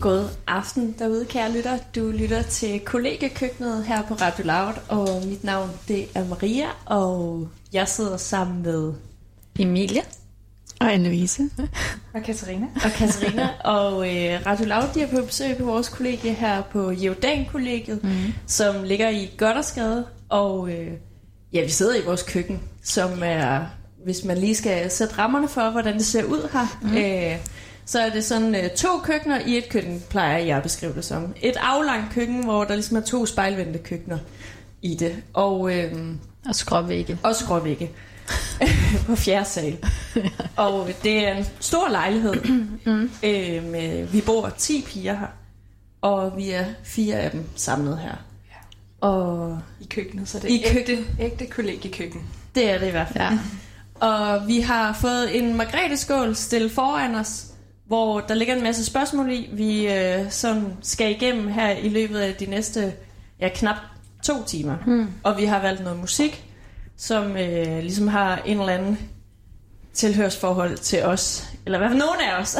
God aften derude, kære lytter. Du lytter til kollegekøkkenet her på Radio Loud, og mit navn det er Maria, og jeg sidder sammen med Emilie og Anne-Louise og Katarina. Og Radio Loud de er på besøg på vores kollegie her på Jordan-kollegiet, som ligger i Gothersgade, og vi sidder i vores køkken, som er, hvis man lige skal sætte rammerne for, hvordan det ser ud her, så er det sådan 2 køkkener i et køkken, plejer jeg at beskrive det som. Et aflangt køkken, hvor der ligesom er 2 spejlvendte køkkener i det. Og skråvægge. Og skråvægge. På 4. sal. Og det er en stor lejlighed. Vi bor 10 piger her. Og vi er 4 af dem samlet her. Og i køkkenet, så det er ægte kollegiekøkken. Det er det i hvert fald. Ja. Og vi har fået en margrethe-skål stillet foran os, hvor der ligger en masse spørgsmål i, vi sådan skal igennem her i løbet af de næste knap 2 timer. Og vi har valgt noget musik, som ligesom har en eller anden tilhørsforhold til os, eller i hvert fald nogen af os.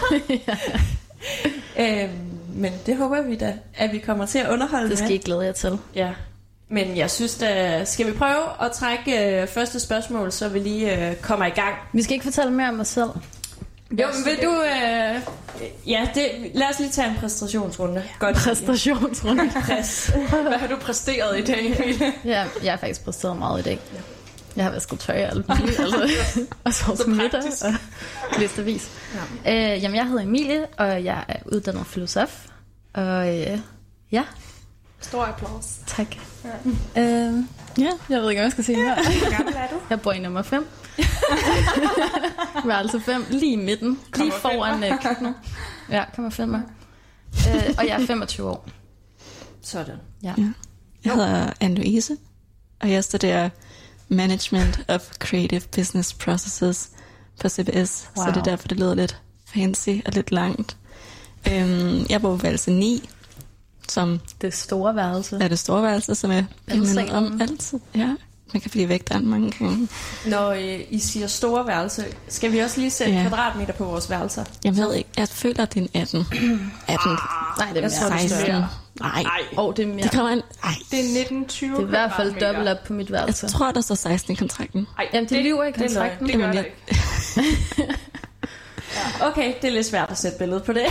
Men det håber vi da, at vi kommer til at underholde med. Det skal I glæde jer til. Ja. Men jeg synes da, skal vi prøve at trække første spørgsmål, så vi lige kommer i gang. Vi skal ikke fortælle mere om os selv. Jo, men vil du... lad os lige tage en præstationsrunde. Godt. Præstationsrunde. Hvad har du præsteret i dag, Emilie? Ja, jeg har faktisk præsteret meget i dag. Ja. Jeg har vasket tøj og alt muligt. Og så middag og læst avis. Ja. Jamen, jeg hedder Emilie, og jeg er uddannet filosof. Og Stor applaus. Tak. Ja. Jeg ved ikke, hvad jeg skal sige her. Hvor gammel er du? Jeg bor i nummer 5. Værelse 5, lige i midten. Lige foran køkkenet. Ja, kommer 5. Og jeg er 25 år. Sådan. Ja. Jeg hedder Anne-Louise, og jeg studerer Management of Creative Business Processes på CBS. Wow. Så det er derfor, det lyder lidt fancy og lidt langt. Jeg bor på værelse 9. Som det store værelse. Er det store værelse, som jeg minder om altid. Ja, man kan blive væk der mange gange. Når I siger store værelse, skal vi også lige sætte kvadratmeter på vores værelser? Jeg ved ikke. Jeg føler, at det er en 18. 18. Nej, det er mere. 16. Nej. Det er mere. Det kommer det er 1920. Det er i hvert fald dobbelt op på mit værelse. Jeg tror, der står 16 i kontrakten. Jamen, det lyver i kontrakten. Det gør det ikke. Okay, det er lidt svært at sætte billedet på det.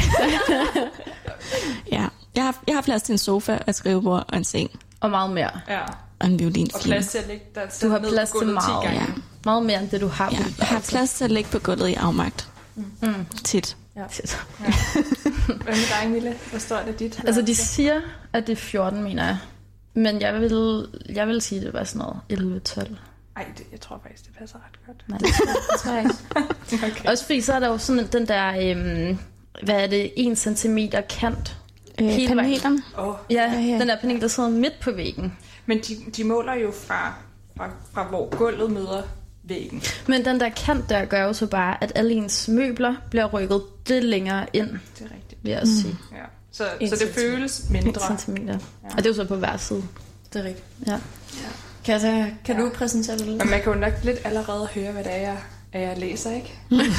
Ja. Jeg har plads til en sofa, et skrivebord og en seng. Og meget mere. Ja. Og en violin. Og plads til at ligge der. Du har plads til meget. Ja. Meget mere end det, du har. Ja, jeg har plads til at ligge på gulvet i afmagt. Tit. Ja. Hvad med dig, Emilie? Hvor står det dit? Altså, de siger, at det er 14, mener jeg. Men jeg vil sige, at det var sådan noget 11-12. Ej, jeg tror faktisk, det passer ret godt. Nej, det tror jeg ikke. Okay. Også fordi så er der jo sådan den der, hvad er det, 1 centimeter kant. Panelen. Ja, den der panel, der sidder midt på væggen. Men de måler jo fra hvor gulvet møder væggen. Men den der kant der gør jo så bare, at alle ens møbler bliver rykket lidt længere ind. Det er rigtigt. Vil jeg også sige. Ja. Så det føles mindre. 1 centimeter. Ja. Og det er jo så på hver side. Det er rigtigt. Ja. Kan du præsentere det lidt? Men man kan jo nok lidt allerede høre, hvad det er, jeg læser, ikke?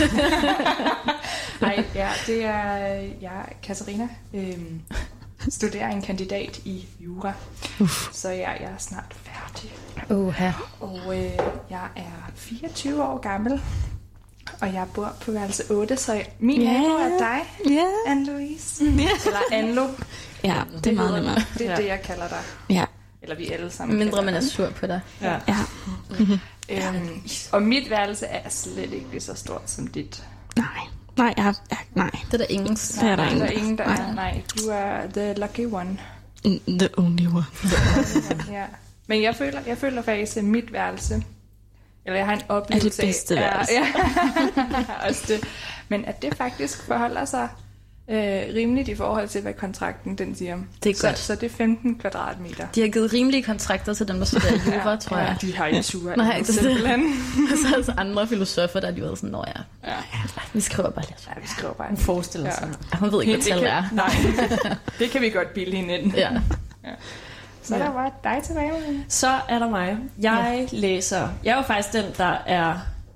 Nej, det er jeg, Katarina, studerer en kandidat i jura. Så jeg er snart færdig. Og jeg er 24 år gammel, og jeg bor på værelse 8, så min nabo er dig, Anne-Louise. Eller Anlo. Ja, det er meget nemmere. Det er det, jeg kalder dig. Ja. Eller vi alle sammen. Mindre man er sur på dig. Ja. Og mit værelse er slet ikke lige så stort som dit. Nej. Nej. Det er der ingen. Det er der ingen, der er. Nej, du er the lucky one. The only one. Ja. Men jeg føler faktisk, at mit værelse, eller jeg har en oplevelse af det bedste værelse. Også det. Men at det faktisk forholder sig rimeligt i forhold til, hvad kontrakten den siger. Det er godt. Så det er 15 kvadratmeter. De har givet rimelige kontrakter til dem, der studerer i jura, tror jeg. De har ikke tur. Nej, det er så altså andre filosofer, der har de været sådan, vi skriver bare lidt. Ja, vi skriver bare. Hun forestiller sig. Hun ved ikke, hvad tal er. Nej, det kan vi godt bilde hende ind. Ja. Så er der bare dig tilbage. Så er der mig. Jeg læser. Jeg er jo faktisk den, der er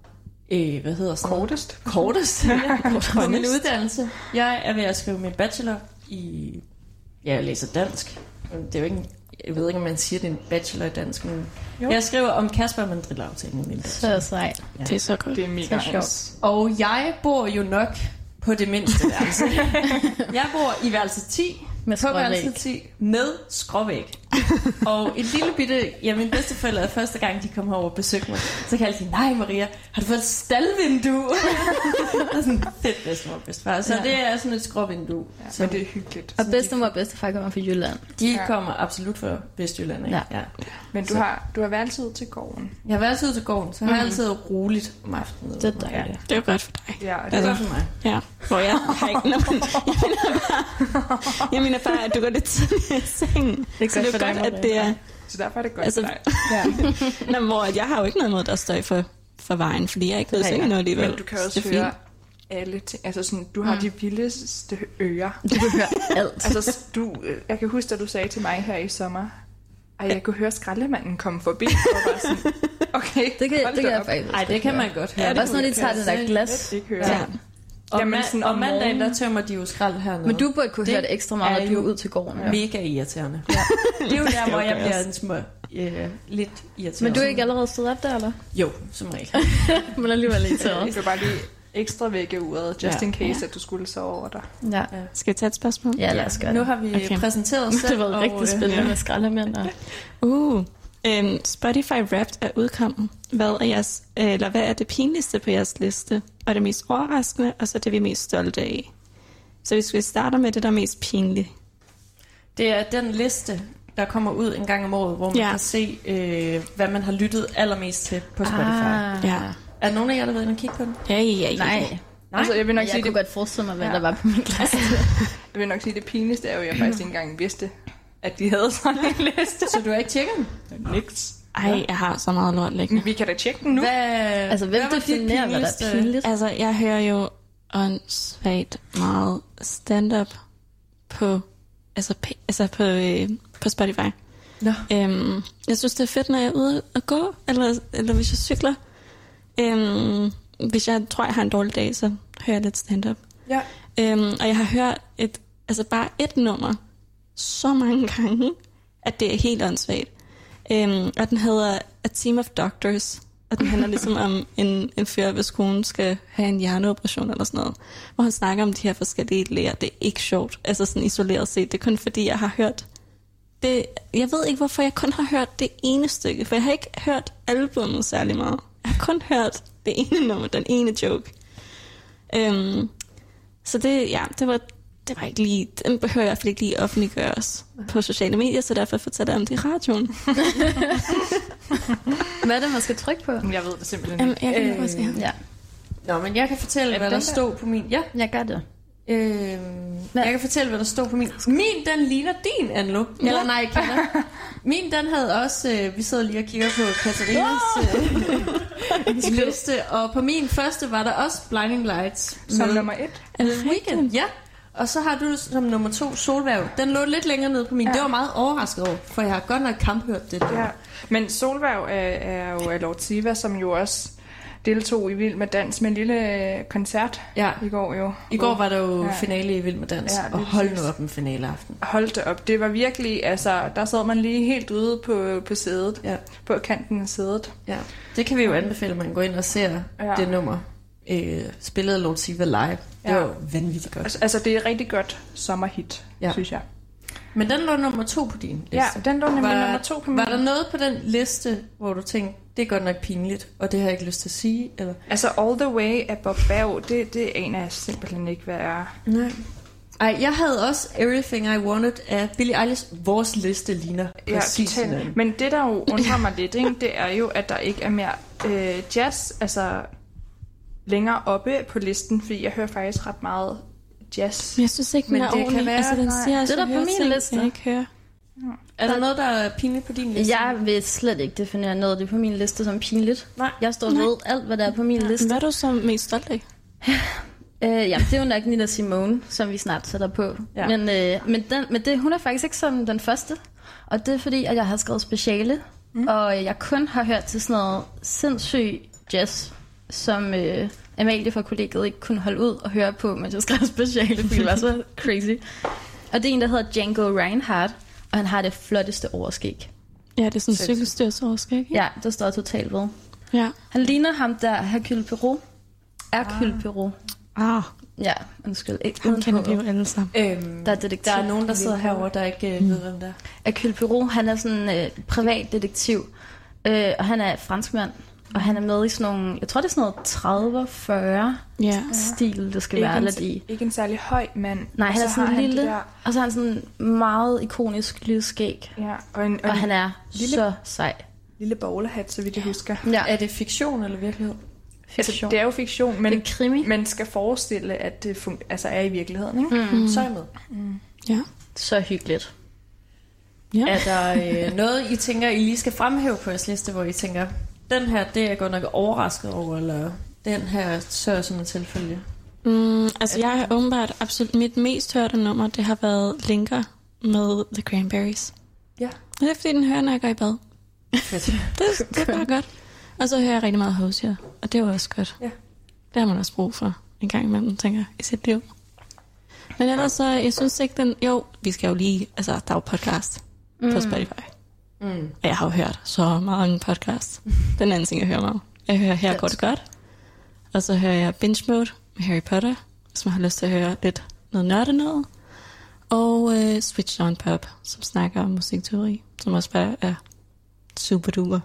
hvad hedder sådan Kortest. Kortest. På min uddannelse. Jeg er ved at skrive min bachelor i... Ja, jeg læser dansk. Det er jo ikke... Jeg ved ikke, om man siger, det er en bachelor i dansk, men jeg skriver om Kasper Mandrill-aftalen. Så sejt. Ja. Det er så godt. Det er mega sjovt. Og jeg bor jo nok på det mindste værelse. Jeg bor i værelse 10. Med på værelse 10 med skråvæg. Og et lille bitte... Ja, mine bedsteforældre, første gang de kom herover og besøgte mig, så kaldte de, nej Maria, har du fået et staldvindue? Det er sådan fedt bedstemor og bedstefar. Så det er sådan et skråvindue. Ja, så men det er hyggeligt. Og bedstemor og bedstefar kommer fra Jylland. De kommer absolut fra Vestjylland, ikke? Ja. Men du har værelse ud til gården. Jeg har været ud til gården, så har jeg altid roligt om aftenen. Det er dejligt. Det er jo godt for dig. Ja, Det er godt for mig. Ja, hvor jeg har ikke... Jeg mener bare, at du går lidt tidligere i sengen. Det er så det er godt, at det er... Så derfor er det godt Altså, for dig. Nå, hvor jeg har jo ikke noget mod, der støj for vejen, fordi jeg ikke ved sengen noget alligevel. Men du kan også høre alle ting. Altså sådan, du har de vildeste ører. Du kan høre alt. Altså, jeg kan huske, at du sagde til mig her i sommer, at jeg kunne høre skraldemanden komme forbi. Og bare sådan, okay, det kan jeg faktisk. Ej, det kan man godt høre. Ja, også når de tager det der glas. Ikke høre. Ja. Og, Jamen, sådan og om mandagen, morgenen. der tømmer de jo skrald hernede. Men du burde kunne høre det ekstra meget, at du er ud til gården. Ja. Mega irriterende. Ja. Det er jo der, hvor jeg bliver en små, lidt irriterende. Men du er ikke allerede stået op der, eller? Jo, som regel. Men alligevel ikke taget. Du kan bare lige ekstra vække uret, just in case, at du skulle sove over dig. Ja. Skal vi tage et spørgsmål? Ja, lad os gøre Nu det. har vi præsenteret os selv. Det var rigtig spændende med skraldemænd. Spotify Wrapped er udkommet. Hvad er det pinligste på jeres liste? Og det mest overraskende, og så det vi er mest stolte af. Så hvis vi starter med det, der er mest pinligt. Det er den liste, der kommer ud en gang om året, hvor man kan se, hvad man har lyttet allermest til på Spotify. Ja. Er der nogen af jer, der ved at kigge på den? Ja. Nej. Altså, jeg vil nok sige, Jeg kunne godt forestille mig, hvad der var på min klasse. Jeg vil nok sige, det pinligste er jo, at jeg faktisk ikke engang vidste, at de havde sådan en liste. Så du har ikke tjekket den? Niks. Ej, jeg har så meget lort liggende. Vi kan da tjekke den nu. Altså, hvem definerer, hvad der er pinligt? Altså, jeg hører jo åndssvagt meget stand-up på Spotify. Nå. Jeg synes, det er fedt, når jeg er ude at gå, eller hvis jeg cykler. Hvis jeg tror, jeg har en dårlig dag, så hører jeg lidt stand-up. Ja. Og jeg har hørt bare et nummer så mange gange, at det er helt åndssvagt. Og den hedder A Team of Doctors. Og den handler ligesom om en fyr, hvis konen skal have en hjerneoperation eller sådan noget. Hvor han snakker om de her forskellige læger. Det er ikke sjovt, altså sådan isoleret set. Det er kun fordi, jeg har hørt det. Jeg ved ikke, hvorfor jeg kun har hørt det ene stykke. For jeg har ikke hørt albummet særlig meget. Jeg har kun hørt det ene nummer, den ene joke. Så det var ikke lige, den behøver jeg i hvert fald ikke lige offentliggøres på sociale medier, så derfor fortæller jeg om det i radioen. Hvad er det, man skal trykke på? Jeg ved det simpelthen ikke. Jeg kan prøve at se her. Ja, Nå, men jeg kan fortælle, hvad der stod på min... Ja. jeg gør det. Jeg kan fortælle, hvad der stod på min. Min, den ligner din, Anlo. Eller nej, Kina. Min, den havde også... vi sidder lige og kigger på Katarinas liste. Og på min første var der også Blinding Lights. Som nummer 1. Weekend. Ja. Og så har du som nummer 2 Solværv. Den lå lidt længere nede på min. Ja. Det var meget overrasket over, for jeg har godt nok kamphørt det der. Ja. Men Solværv er jo Lord Siva, som jo også deltog i Vild med Dans med en lille koncert i går jo. I går var der jo finale i Vild med Dans, og hold nu op en finaleaften. Hold det op. Det var virkelig, altså, der sad man lige helt ude på sædet, på kanten af sædet. Ja. Det kan vi jo anbefale, at man går ind og ser det nummer. Spillede Lord Siva live. Det var vanvittigt godt. Altså, det er rigtig godt sommerhit, synes jeg. Men den lå nummer 2 på din liste. Ja, den lå nemlig nummer 2 på min. Var der noget på den liste, hvor du tænkte, det er godt nok pinligt, og det har jeg ikke lyst til at sige? Eller? Altså, All the Way af Bob Bav, det aner jeg simpelthen ikke, hvad er. Nej. Ej, jeg havde også Everything I Wanted af Billie Eilish. Vores liste ligner præcis sådan. Men det, der jo undrer mig lidt, ikke, det er jo, at der ikke er mere jazz, altså længere oppe på listen, fordi jeg hører faktisk ret meget jazz. Men jeg synes ikke, men det kan være, altså, den siger, det er der på min liste. Jeg ikke hører. Er der noget, der er pinligt på din liste? Jeg vil slet ikke definere noget det på min liste som pinligt. Nej. Jeg står ved alt, hvad der er på min liste. Hvad er du så mest stolt af? Jamen, det er jo nok Nina Simone, som vi snart sætter på. Ja. Men hun er faktisk ikke sådan den første. Og det er fordi, at jeg har skrevet speciale, og jeg kun har hørt til sådan noget sindssyg jazz. som Amalie fra kollegiet ikke kunne holde ud og høre på, mens jeg skrev speciale, fordi det var så crazy. Og det er en, der hedder Django Reinhardt, og han har det flotteste overskæg. Ja, det er sådan en cykelstyrsoverskæg. Ja, der står totalt ved. Ja. Han ligner ham der, Hercule Poirot. Hercule Poirot. Ja, undskyld. Han kender vi jo alle sammen. Der er detektiv. Der er nogen, der sidder herovre, der ikke ved, hvem der er. Hercule Poirot, han er sådan en privat detektiv, og han er franskmand. Og han er med i sådan nogle, jeg tror det er sådan noget 30-40 stil, det skal være lidt i. Ikke en særlig høj mand. Nej, han er sådan en lille, og så har han sådan meget ikonisk lille skæg. Ja, og han er så sej. Lille bowlerhat, så vidt jeg husker. Ja. Er det fiktion eller virkelighed? Altså, det er jo fiktion, men det er krimi. Man skal forestille, at det er i virkeligheden, ikke? Så er jeg med. Ja. Så hyggeligt. Ja. Er der noget, I tænker, I lige skal fremhæve på jeres liste, hvor I tænker, den her, det er jeg godt nok overrasket over, eller den her, så er sådan en tilfælde? Altså, jeg har åbenbart absolut, mit mest hørte nummer, det har været Linker med The Cranberries. Ja. Og det er fordi, den hører, når jeg går i bad. det er bare godt. Og så hører jeg rigtig meget Hosier, og det var også godt. Ja. Det har man også brug for en gang imellem, tænker jeg, i sit liv. Men ellers så, jeg synes ikke den... Jo, vi skal jo lige... Altså, der er jo podcast på Spotify. Og jeg har jo hørt så mange podcasts. Den anden ting, jeg hører meget. Jeg hører Her går det godt. Og så hører jeg Binge Mode med Harry Potter, hvis man har lyst til at høre lidt noget nørdet noget. Og Switch on Pop, som snakker om musikteori, som også bare er super duper.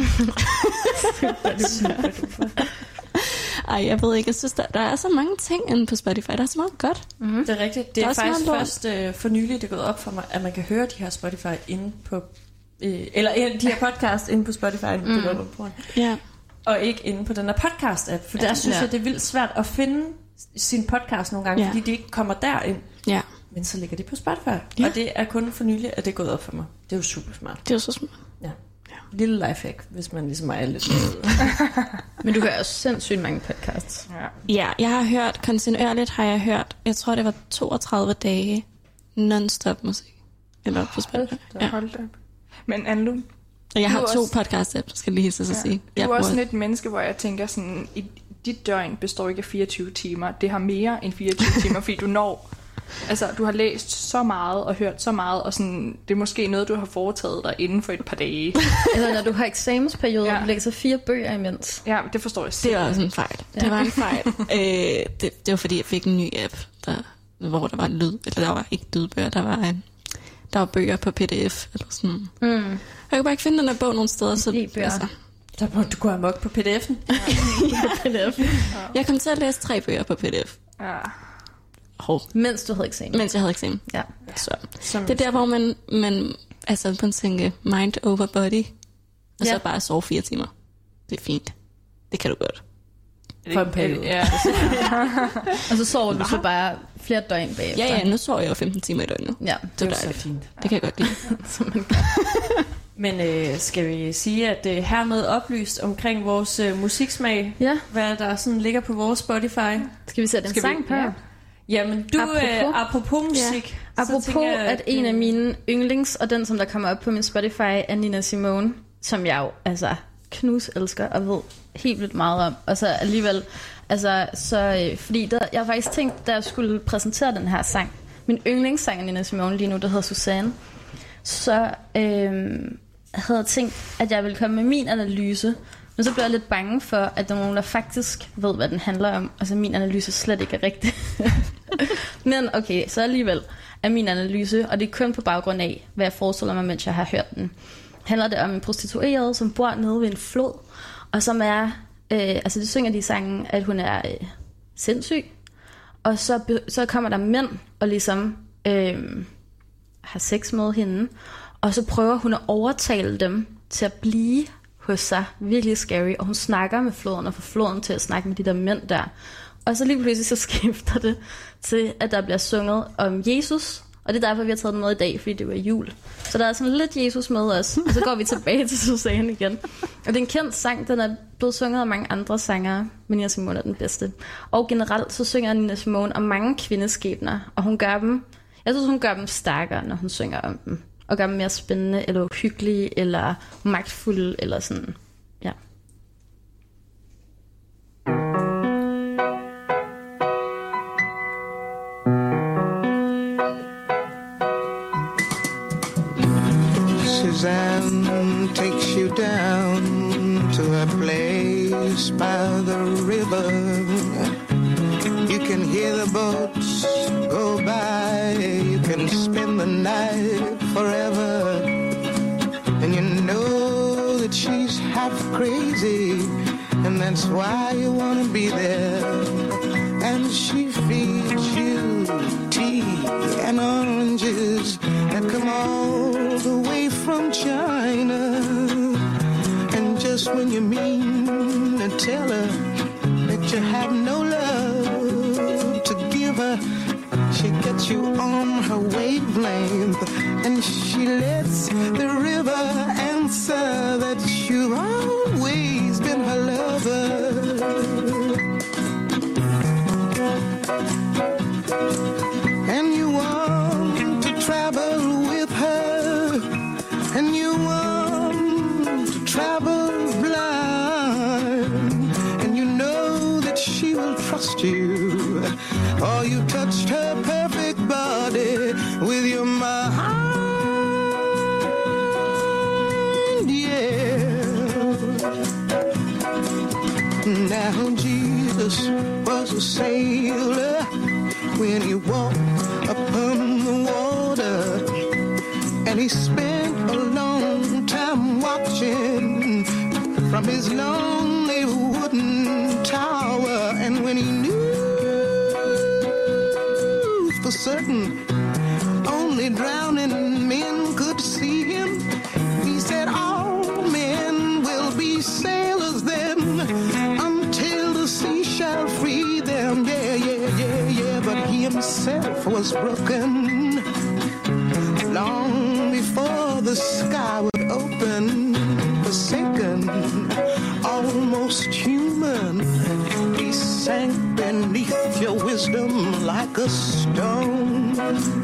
Super duper. Ej, jeg ved ikke, jeg synes, der er så mange ting inde på Spotify. Der er så meget godt. Det er rigtigt. Det er faktisk først for nylig, det er gået op for mig, at man kan høre de her Spotify inde på... eller de her podcast inde på Spotify. Ja. Og ikke inde på den her podcast-app. For der synes jeg, det er vildt svært at finde sin podcast nogle gange, fordi de ikke kommer derind. Ja. Men så ligger de på Spotify. Ja. Og det er kun for nylig, at det er gået op for mig. Det er jo super smart. Det er jo så smart. Ja. Lille lifehack, hvis man ligesom er lidt med. Men du hører også sindssygt mange podcasts. Ja, jeg har hørt, kontinuerligt har jeg hørt, jeg tror det var 32 dage non-stop musik. Eller på Spotify. Hold da. Men Anne-Lu, og jeg har 2 podcast-apps, skal jeg lige hilse at sige. Du er også sådan et menneske, hvor jeg tænker sådan, dit døgn består ikke af 24 timer. Det har mere end 24 timer, fordi du når... Altså, du har læst så meget og hørt så meget, og sådan, det er måske noget, du har foretaget dig inden for et par dage. Eller når du har eksamensperiode, du læser 4 bøger imens. Ja, det forstår jeg. Det var også en fejl. Ja. Det var en fejl. Det var fordi, jeg fik en ny app, hvor der var lyd. Eller der var ikke lydbøger, der var bøger på PDF. Eller sådan. Jeg kunne bare ikke finde den der bog nogen steder. Så, altså, der må du gå amok på PDF'en. Jeg kom til at læse 3 bøger på PDF. Ja. Mens du havde eksamen. Mens jeg havde eksamen. Ja. Så. Det er der, hvor man altså på en tænke mind over body, og så bare sove 4 timer. Det er fint. Det kan du godt. For en periode. Ja. Og så sover du så bare flere døgn bagefter. Ja, nu sover jeg jo 15 timer i døgnet. Ja, det er så fint. Det kan jeg godt lide. Men skal vi sige, at det er hermed oplyst omkring vores musiksmag, hvad der sådan ligger på vores Spotify? Skal vi sætte en sang på? Ja. Jamen, apropos musik. Ja. Apropos, at en af mine yndlings, og den, som der kommer op på min Spotify, er Nina Simone, som jeg jo altså knus elsker og ved helt vildt meget om. Og så alligevel, fordi jeg har faktisk tænkt, da jeg skulle præsentere den her sang, min yndlingssang af Nina Simone lige nu, der hedder Susanne, så havde jeg tænkt, at jeg ville komme med min analyse. Men så blev jeg lidt bange for, at der er nogen, der faktisk ved, hvad den handler om. Altså min analyse slet ikke er rigtig. Men okay, så alligevel er min analyse, og det er kun på baggrund af, hvad jeg forestiller mig, mens jeg har hørt den, handler det om en prostitueret, som bor nede ved en flod, og som er, det synger de i sangen, at hun er sindssyg. Og så kommer der mænd og ligesom har sex med hende, og så prøver hun at overtale dem til at blive hos sig. Virkelig scary. Og hun snakker med floden og får floden til at snakke med de der mænd der. Og så lige pludselig så skifter det til, at der bliver sunget om Jesus. Og det er derfor, vi har taget den med i dag, fordi det var jul. Så der er sådan lidt Jesus med os. Og så går vi tilbage til Susanne igen. Og det er en kendt sang. Den er blevet sunget af mange andre sangere. Men Nina Simone er den bedste. Og generelt så synger Nina Simone om mange kvindeskæbner. Og hun gør dem, jeg synes hun gør dem stærkere, når hun synger om dem. Og gør dem mere spændende, eller uhyggelige, eller magtfulde, eller sådan, ja. place by the river. You can hear the boats go by. You can spend the night forever. And you know that she's half crazy, and that's why you want to be there. And she feeds you tea and oranges that come all the way from China. And just when you mean to tell her that you have no love to give her, she gets you on her wavelength, and she lets the river answer that you've always been her lover. And you want to travel with her, and you want to travel blind, and you know that she will trust you. Oh, you touched her perfect body with your mind, yeah. Now Jesus was a sailor when he walked upon the water, and he spent a long time watching from his lonely wooden tower. And when he knew for certain only drowning men could see him, he said all men will be sailors then, until the sea shall free them. Yeah, yeah, yeah, yeah. But he himself was broken long before the sky would open. Forsaken, almost human, he sank beneath your wisdom like a stone.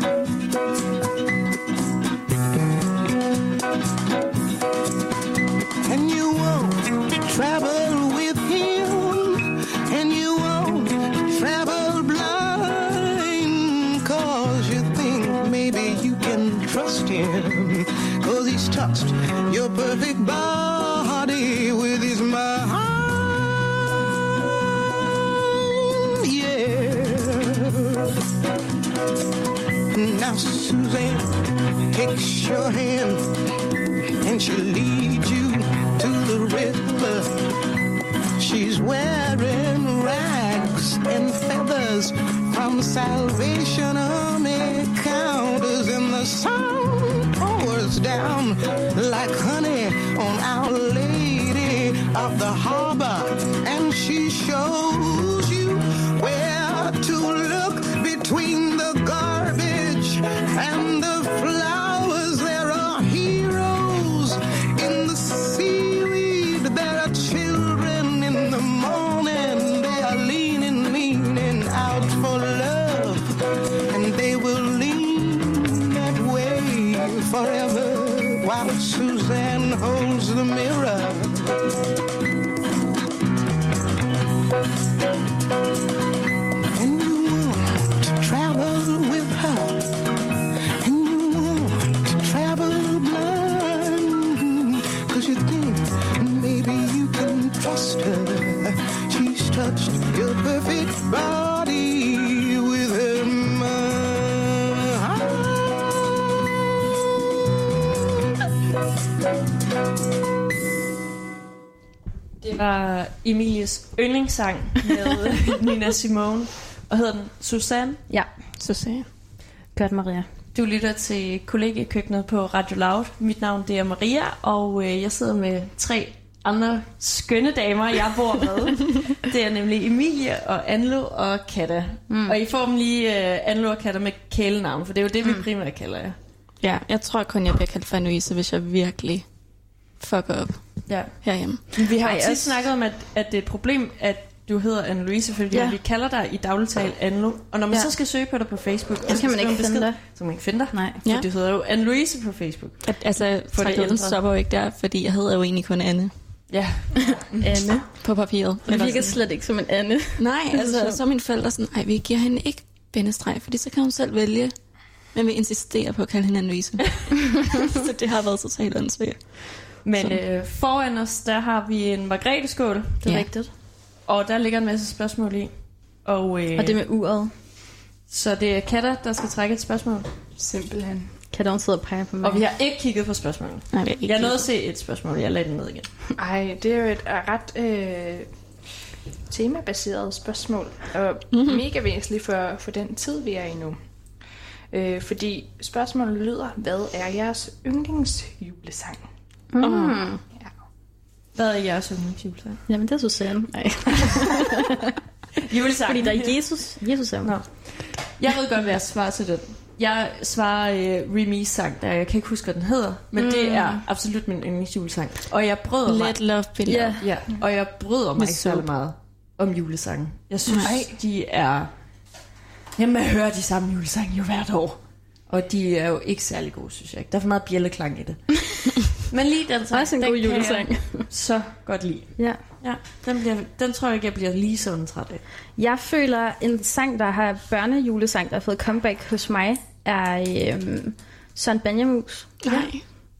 And you won't travel with him, and you won't travel blind, 'cause you think maybe you can trust him, 'cause he's touched your perfect body with his mind, yeah. Now Suzanne takes your hand, and she leads you to the river. She's wearing rags and feathers from Salvation Army counters, and the sun pours down like honey on Our Lady of the Harbor, and she shows you where to look between the garbage and the flowers. There are heroes in the seaweed, there are children in the morning. They are leaning out for love, and they will lean that way forever, while Suzanne holds the mirror. And you want to travel with her, and you want to travel blind, 'cause you think maybe you can trust her. She's touched your perfect body with her mind. Det var Emilies yndlingssang med Nina Simone. Og hedder den Suzanne? Ja, Suzanne. Godt, Maria. Du lytter til kollegiekøkkenet på Radio Loud. Mit navn det er Maria, og jeg sidder med 3 andre skønne damer, jeg bor med. Det er nemlig Emilie og Anlo og Katta. Og I får dem lige Anlo og Katta med kælenavn, for det er jo det, vi primært kalder jer. Ja, jeg tror kun, jeg bliver kaldt for Anne-Louise, hvis jeg virkelig fucker op herhjemme. Vi har tit snakket om, at det er et problem, at du hedder Anne-Louise, fordi vi kalder dig i dagligtale Anlo. Og når man så skal søge på dig på Facebook, så kan man ikke finde dig. Så kan man ikke finde dig. Nej. For du hedder jo Anne-Louise på Facebook. Altså, tragedien stopper jo ikke der, fordi jeg hedder jo egentlig kun Anne. Ja. Anne. På papiret. Det virker slet ikke som en Anne. Nej, altså så er mine forældre sådan, ej, vi giver hende ikke bindestreg, fordi så kan hun selv vælge. Men vi insisterer på at kalde hende Anne-Louise. Så det har været totalt åndssvagt. Men foran os, der har vi en margreteskål. Det er rigtigt. Og der ligger en masse spørgsmål i. Og det med uret. Så det er Katter, der skal trække et spørgsmål. Simpelthen. Katter, hun sidder og peger på mig. Og vi har ikke kigget på spørgsmålet. Nej, det er ikke. Jeg nåede at se et spørgsmål, jeg lagde det ned igen. Ej, det er jo et ret temabaseret spørgsmål. Og mega væsentligt for den tid, vi er i nu. Fordi spørgsmålet lyder, hvad er jeres yndlingsjulesang? Mm. Ja. Hvad er jeres yndlingsjulesang? Jamen, det er Susanne. Nej. Julesang. Fordi der er Jesus er. Nå. Jeg ved godt, hvad jeg svarer til den. Jeg svarer Remy's sang, der jeg kan ikke huske, hvad den hedder, men det er absolut min yndlingsjulesang. Og jeg bryder mig. Let Love Be Love. Ja, og jeg bryder mig ikke særlig meget om julesangen. Jeg synes, de er... Jamen, jeg hører de samme julesange jo hvert år. Og de er jo ikke særlig gode, synes jeg ikke. Der er for meget bjælleklang i det. Men lige den sang, også en god julesang. Så godt lide. Ja. Ja, den tror jeg ikke, jeg bliver lige sådan træt af. Jeg føler, en sang, der har børnejulesang, der har fået comeback hos mig, er Søren Banjamus. Nej.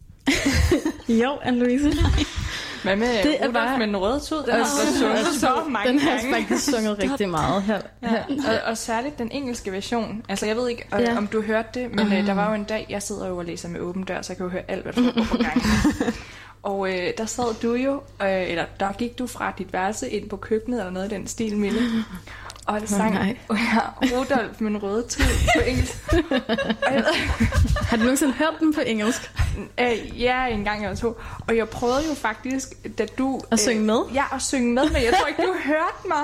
Jo, Anne-Louise. Hvad med Det er Rudolf bare- med den røde tud? Den har sunget så mange Den har gange. faktisk sunget rigtig meget her. Og særligt den engelske version. Altså, jeg ved ikke, om du hørte det, men der var jo en dag, jeg sidder jo og læser med åben dør, så jeg kan jo høre alt, hvad der foregår på gangen. Og der sad du jo, eller der gik du fra dit værelse ind på køkkenet, eller noget i den stil, Mille. Og sang Rudolf med en røde tud på engelsk. Har du nogensinde hørt den på engelsk? Ja, en gang eller to. Og jeg prøvede jo faktisk, da du... At synge med? Ja, at synge med, men jeg tror ikke, du hørte mig.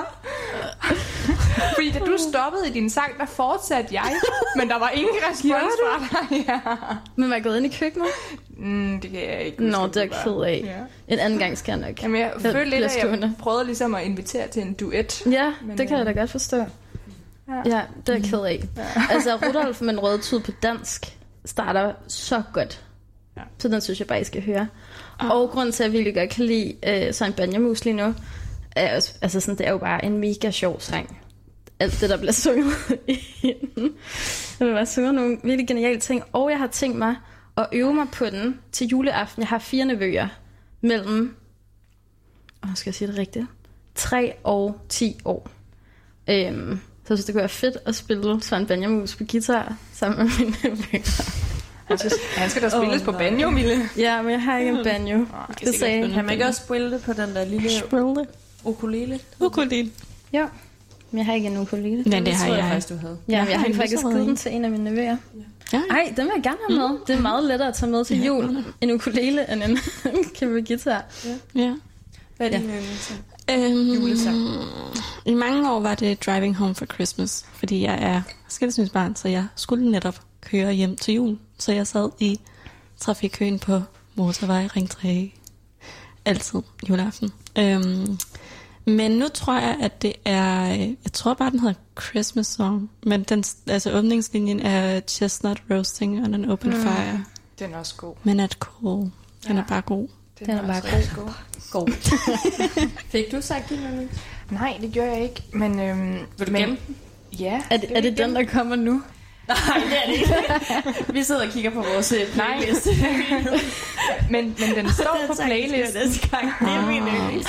Fordi da du stoppede i din sang, der fortsatte jeg, men der var ingen respons fra dig. Ja. Men var jeg gået ind i køkkenet? Det kan jeg ikke huske. Nå, det er jeg ked af. Ja. En anden gang skal jeg nok. Jamen, jeg følte lidt, at stående. jeg prøvede ligesom at invitere til en duet. Ja, Men, det kan jeg da godt forstå. Ja, det er jeg ked af. Altså, Rudolf med en rød tud på dansk starter så godt. Ja. Så den synes jeg bare, I skal høre. Og grunden til, at jeg virkelig godt kan lide Søren Banjamus lige nu, er også, altså sådan, det er jo bare en mega sjov sang. Alt det, der bliver sunget i den. Der bliver bare sunget nogle virkelig geniale ting. Og jeg har tænkt mig at øve mig på den til juleaften. Jeg har 4 nevøer mellem, skal jeg sige det rigtigt? 3 og 10 år. Så jeg synes, det kunne være fedt at spille Søren Banjamus på guitar sammen med mine nevøer. Han skal da spilles på banjo, Mille. Ja, men jeg har ikke en banjo. Det sagde Kan man ikke også spille det på den der lille ukulele? Ukulele. Ja, men jeg har ikke en ukulele. Ja, det har tror jeg. faktisk, du havde. Ja, men jeg har en faktisk lyserød givet den en. til en af mine nevøer. Ja. Ej, den vil jeg gerne have med. Det er meget lettere at tage med til jul. En ukulele end en kæmpe guitar. Ja. Hvad er din yndlingsang? I mange år var det Driving Home for Christmas, fordi jeg er skilsmissebarn, så jeg skulle netop køre hjem til jul. Så jeg sad i trafikkøen på motorvej Ring 3 altid juleaften. Men nu tror jeg, at det er... Jeg tror bare, den hedder Christmas Song. Men den, altså åbningslinjen er Chestnut Roasting on an Open Fire. Den er også god. Men at cool. Den er bare god. Den er bare god. God. Fik du sagt din yndlings? Nej, det gør jeg ikke. Men, Vil du gemme? Ja. Er det den, der kommer nu? Nej, det er det ikke. Vi sidder og kigger på vores playlist. men den står på playlisten. Det er min yndlings.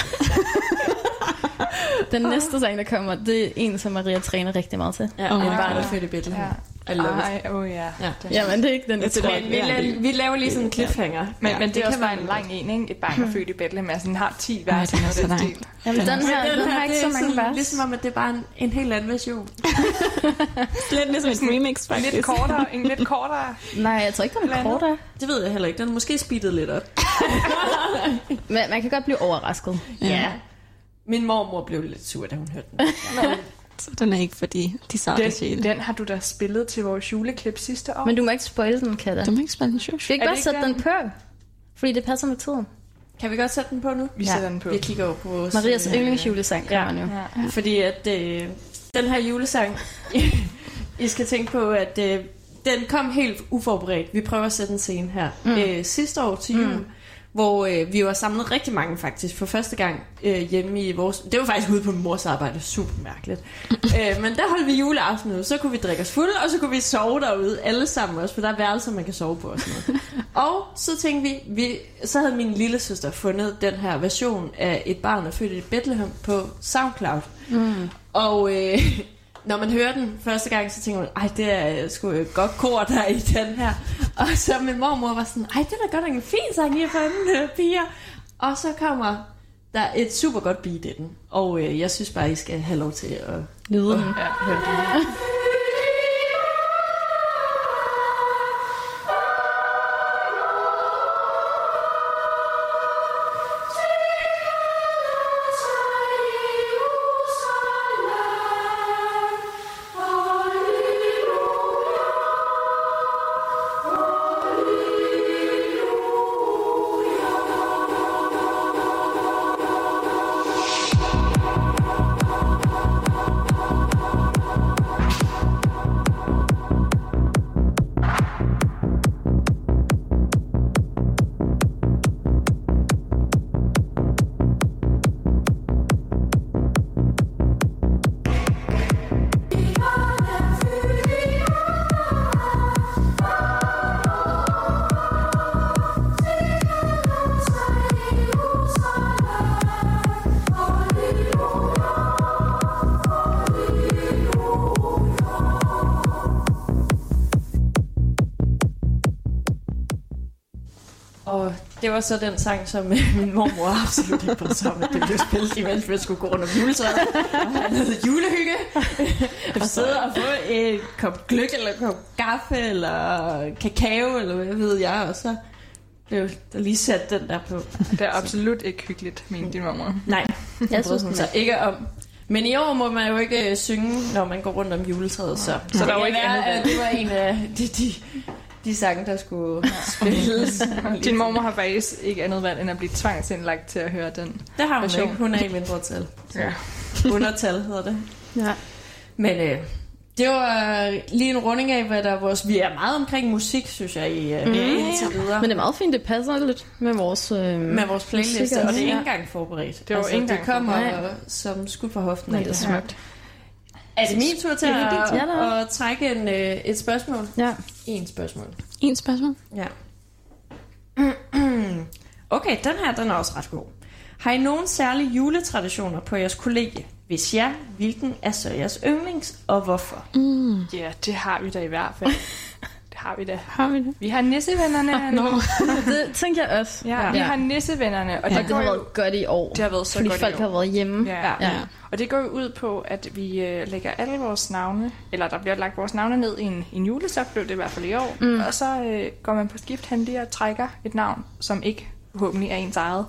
Den næste sang, der kommer, det er en, som Maria træner rigtig meget til. Ja, det er bare der født i Bethlehem. Ja. I love it. Ja. Jamen, det er ikke den, jeg tror. Vi laver lige sådan en cliffhanger. Men det kan også være være en lang en, ikke? Et barn er født i Bethlehem, altså den har 10 vers. den er så lang. Jamen, den har ikke så mange vers. Ligesom om, at det er bare en helt anden version. Lidt ligesom et remix, faktisk. Lidt kortere. Nej, jeg tror ikke, den er kortere. Det ved jeg heller ikke. Den er måske speedet lidt op. Men man kan godt blive overrasket. Ja. Min mormor blev lidt sur, da hun hørte den. Så den er ikke fordi de sarte sjæle. Den har du da spillet til vores juleklip sidste år. Men du må ikke spoile den, Katte. Du må ikke spille den sjov. Skal vi ikke bare sætte den på? Fordi det passer med tiden. Kan vi godt sætte den på nu? Vi sætter den på. Vi kigger over på vores... Marias yndlingsjulesang kommer nu. Ja. Fordi at den her julesang, I skal tænke på, at den kom helt uforberedt. Vi prøver at sætte en scene her. Sidste år til jul hvor vi var samlet rigtig mange faktisk for første gang hjemme i vores... Det var faktisk ude på min mors arbejde, super mærkeligt. Men der holdt vi juleaften ud, så kunne vi drikke os fulde, og så kunne vi sove derude alle sammen også, for der er værelser, man kan sove på og sådan noget. Og så tænkte så havde min lille søster fundet den her version af Et barn er født i Bethlehem på SoundCloud. Og når man hører den første gang, så tænker man, ej, det er sgu et godt kor, der i den her. Og så min mormor var sådan, ej, det er da godt en fin sang, I har fundet, piger. Og så kommer der et super godt beat i den. Og jeg synes bare, I skal have lov til at lyde den. Høre den. Og det var så den sang, som min mormor absolut ikke brød sig om, at det blev spillet, imens vi skulle gå rundt om juletræet og have noget julehygge. Og sidde og få et kop gløgg, eller en kop kaffe, eller kakao, eller hvad ved jeg. Og så blev der lige sat den der på. Det er absolut ikke hyggeligt, min din mormor. Nej, jeg synes hun så ikke om. Men i år må man jo ikke synge, når man går rundt om juletræet. Så der var ikke andet. Det var en af de sange, der skulle spilles. Din mormor har faktisk ikke andet valg, end at blive tvangsindlagt til at høre den. Det har hun ikke. Hun er i mindretal. Ja. Undertal hedder det. Ja. Men det var lige en runding af, hvad der er vores... Vi er meget omkring musik, synes jeg, indtil videre. Men det er meget fint, det passer lidt med vores playliste, og det er ikke engang forberedt. Det var ikke engang. Det kommer som skud fra hoften. Nej, det er smukt. Er det min tur til at trække et spørgsmål? Ja. En spørgsmål. Ja. Okay, den er også ret god. Har I nogen særlige juletraditioner på jeres kollegie? Hvis ja, hvilken er så jeres yndlings, og hvorfor? Ja, det har vi da i hvert fald. Har vi det? Vi har nissevennerne nu. Det tænker jeg også. Ja, vi har nissevennerne. Og det har været godt i år. Det har været så fordi godt folk har været hjemme. Ja. Og det går jo ud på, at vi lægger alle vores navne, eller der bliver lagt vores navne ned i en julesok, blev det i hvert fald i år. Og så går man på skift hen lige og trækker et navn, som ikke forhåbentlig er ens eget.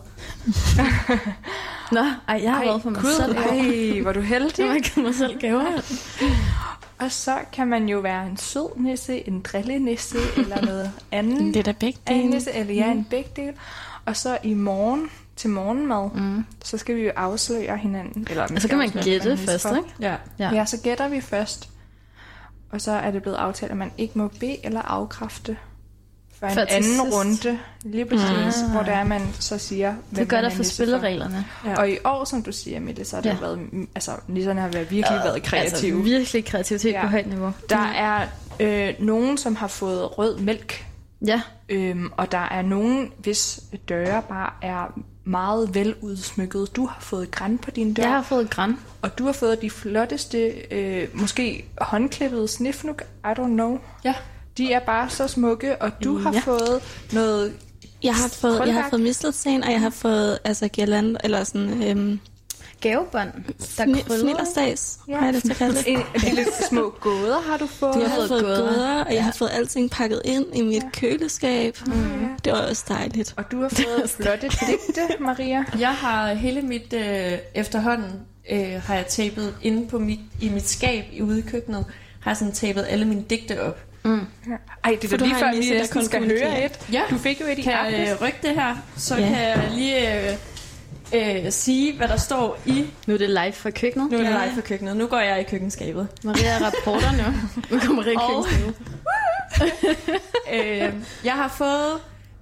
Nå, jeg har været for mig selv. Ej, hvor du heldig. Jeg har givet mig selv gaver. Og så kan man jo være en sød nisse, en drillenisse, eller noget andet. Det er da begge dele. Eller en begge dele. Og så i morgen, til morgenmad, så skal vi jo afsløre hinanden. Eller så kan man gætte først, ikke? Ja, så gætter vi først. Og så er det blevet aftalt, at man ikke må bede eller afkræfte for en anden runde. Lige præcis, hvor der er, man så siger... Det gør der for spillereglerne. Ja. Og i år, som du siger, Mille, så har det været... Altså, nisserne har virkelig været kreative. Altså, virkelig kreativitet på højt niveau. Der er nogen, som har fået rød mælk. Ja. Og der er nogen, hvis døre bare er meget veludsmykket. Du har fået gran på din dør. Jeg har fået gran. Og du har fået de flotteste, måske håndklippede snifnuk, I don't know. Ja. De er bare så smukke, og du har fået noget... Jeg har fået mistelsten, og jeg har fået girland, eller sådan... Gavebånd, der fnillerstads, har jeg det til at kalde det. De lidt små gåder har du fået. Jeg har fået gåder, og jeg har fået alting pakket ind i mit køleskab. Det var også dejligt. Og du har fået flotte digte, Maria. Jeg har hele mit efterhånden har jeg tapet inde på i mit skab ude i køkkenet. Har sådan tapet alle mine digte op. Ej, det er da lige før, vi næsten skal høre et. Ja. Du fik jo et i Kan jeg rykke det her, så kan jeg lige sige, hvad der står i... Nu er det live fra køkkenet. Nu går jeg i køkkenskabet. Maria er rapporter nu. Nu kommer Maria i køkkenskabet. Jeg har fået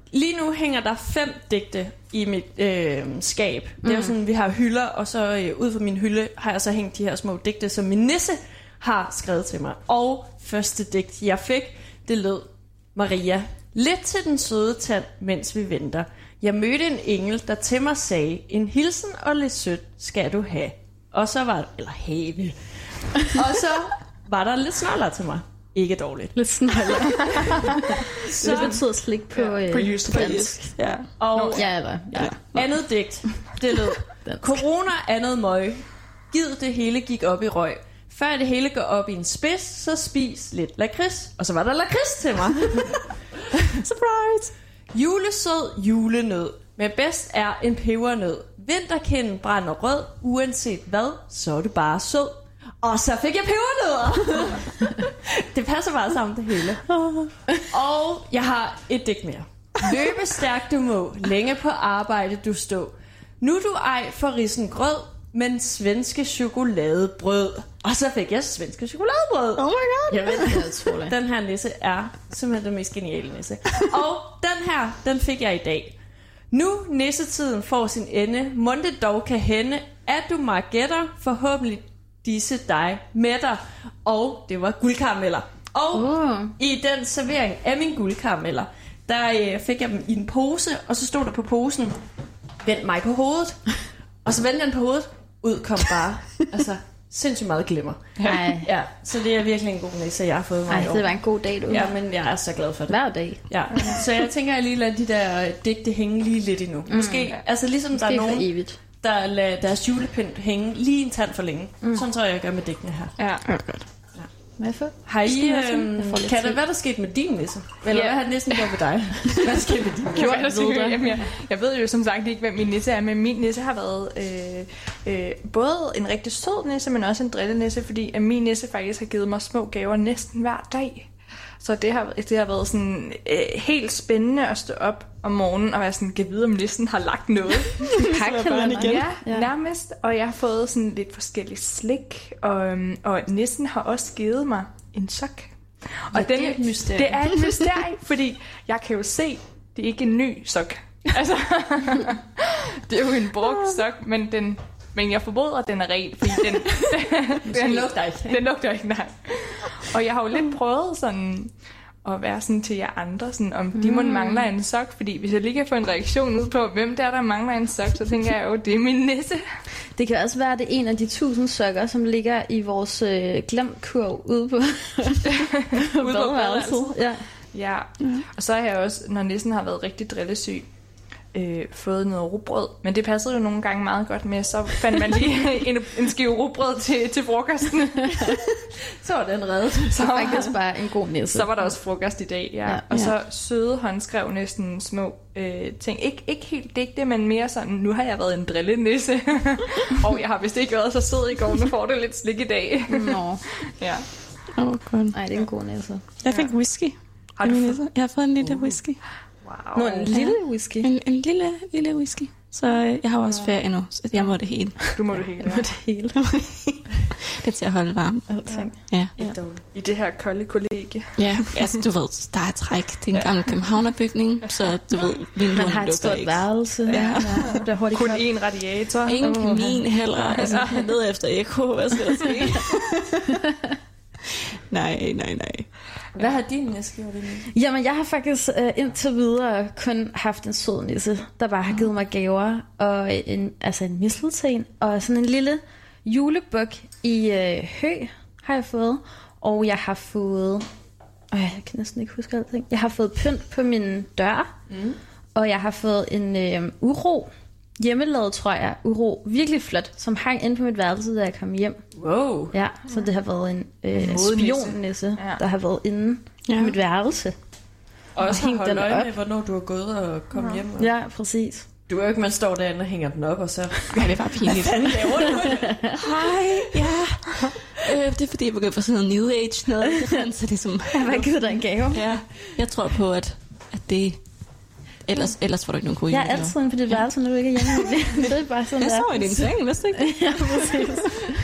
lige nu hænger der 5 digte i mit skab. Det er jo sådan, vi har hylder, og så ud fra min hylde har jeg så hængt de her små digte, som min nisse har skrevet til mig. Og første digt, jeg fik, det lød: Maria, lidt til den søde tand, mens vi venter. Jeg mødte en engel, der til mig sagde: en hilsen og lidt sødt skal du have. Og så var eller have. Og så var der lidt snoller til mig. Ikke dårligt. Lidt snoller. Det betyder slik på jysk. Ja. Og ja. andet digt, det lød: corona andet møg. Gid det hele gik op i røg. Før det hele går op i en spids, så spis lidt lakrids. Og så var der lakrids til mig. Surprise! Julesød julenød, men bedst er en pebernød. Vinterkinden brænder rød, uanset hvad, så er det bare sød. Og så fik jeg pebernødder. Det passer bare sammen det hele. Og jeg har et digt mere. Løbe stærkt du må, længe på arbejde du stå. Nu du ej for risengrød, men svenske chokoladebrød. Og så fik jeg svenske chokoladebrød. Oh my god. Jeg ved, den her nisse er simpelthen den mest geniale nisse. Og den her, den fik jeg i dag. Nu nissetiden får sin ende, mon det dog kan hende, at du mig gætter, forhåbentlig disse dig mætter. Og det var guldkarameller. Og i den servering af mine guldkarameller, der fik jeg dem i en pose, og så stod der på posen: vend mig på hovedet. Og så vendte jeg den på hovedet. Ud kom bare sindssygt meget glimmer. Ja, så det er virkelig en god nisse, jeg har fået mig i år. Det var en god dag, du. Ja, men jeg er så glad for det. Hver dag. Ja, så jeg tænker, at jeg lige lader de der digte hænge lige lidt endnu. Måske, ligesom der er nogen, der lader deres julepynt hænge lige en tand for længe. Sådan tror jeg gør med digtene her. Ja, godt. Har I, hvad der skete med din nisse? Eller hvad har nissen gjort med dig? Hvad er sket med din nisse? Jeg ved jo som sagt ikke, hvem min nisse er, men min nisse har været både en rigtig sød nisse, men også en drillenisse, fordi at min nisse faktisk har givet mig små gaver næsten hver dag. Så det har været sådan helt spændende at stå op om morgenen og være sådan, kan vide, om nissen har lagt noget. Pakkalenderen. Ja, nærmest. Og jeg har fået sådan lidt forskellige slik, og nissen har også givet mig en sok. Og det er et mysterie. Det er et mysterie, fordi jeg kan jo se, det er ikke en ny sok. Altså, det er jo en brugt sok, men jeg formoder, at den er ren, fordi den lugter ikke. Den lugter ikke, nej. Og jeg har jo lidt prøvet sådan at være sådan til jer andre, sådan, om de må mangler en sok, fordi hvis jeg lige kan få en reaktion ud på, hvem der mangler en sok, så tænker jeg jo, det er min nisse. Det kan også være, det er en af de 1000 sokker, som ligger i vores glemkurv ude på badeværelset. Ja. Og så har jeg også, når nissen har været rigtig drillesyg, fået noget rugbrød, men det passede jo nogle gange meget godt med, så fandt man lige en skive rugbrød til frokosten. Så var den reddet. Så var faktisk bare en god nisse. Så var der også frokost i dag, ja. Og så søde håndskrev næsten små ting. Ikke helt digte, men mere sådan, nu har jeg været en drillenisse, og jeg har vist ikke været så sød i går, nu får det lidt slik i dag. Nå. Ja. God. Nej, det er en god nisse. Jeg fik whisky. Har du jeg har fået en lille whisky. Wow. En lille whisky? En lille whisky. Så jeg har også ferie nu, så jeg må det hele. Du må det hele. Ja. Det hele. Det er til at holde varm. Ja. I det her kolde kollegie. Ja, altså du ved, der er træk. Det er en gammel københavnerbygning, så du ved, vinduerne man har et stort værelse. Der hurtigt kun én radiator. Ingen kamin heller. Altså, jeg ned efter ekko, hvad skal jeg sige? Nej. Hvad har din nisse gjort? Jamen, jeg har faktisk indtil videre kun haft en sød nisse, der bare har givet mig gaver, og en mistelten, og sådan en lille julebuk i hø har jeg fået, og jeg har fået, jeg kan næsten ikke huske alting, jeg har fået pynt på min dør, og jeg har fået en uro, hjemmelavet, tror jeg, uro, virkelig flot, som hang inde på mit værelse, da jeg kom hjem. Wow. Ja, så det har været en spionnisse, der har været inde på mit værelse. Og også har holdt øje med, hvornår du har gået og kommet hjem. Og... Ja, præcis. Du er jo ikke, man står derinde og hænger den op, og så... Nej, det er bare pinligt. Hvad fanden laver du? Hej, ja. Det er fordi, jeg begynder på sådan noget New Age noget. Så det er som... Jeg har bare givet dig en gave. Ja, jeg tror på, at det... Ellers får du ikke nogen gode julegaver. Jeg er altid inde på dit værelse, når du ikke er hjemme. Det er bare sådan, jeg så i din seng, vidste ikke? Ja, præcis.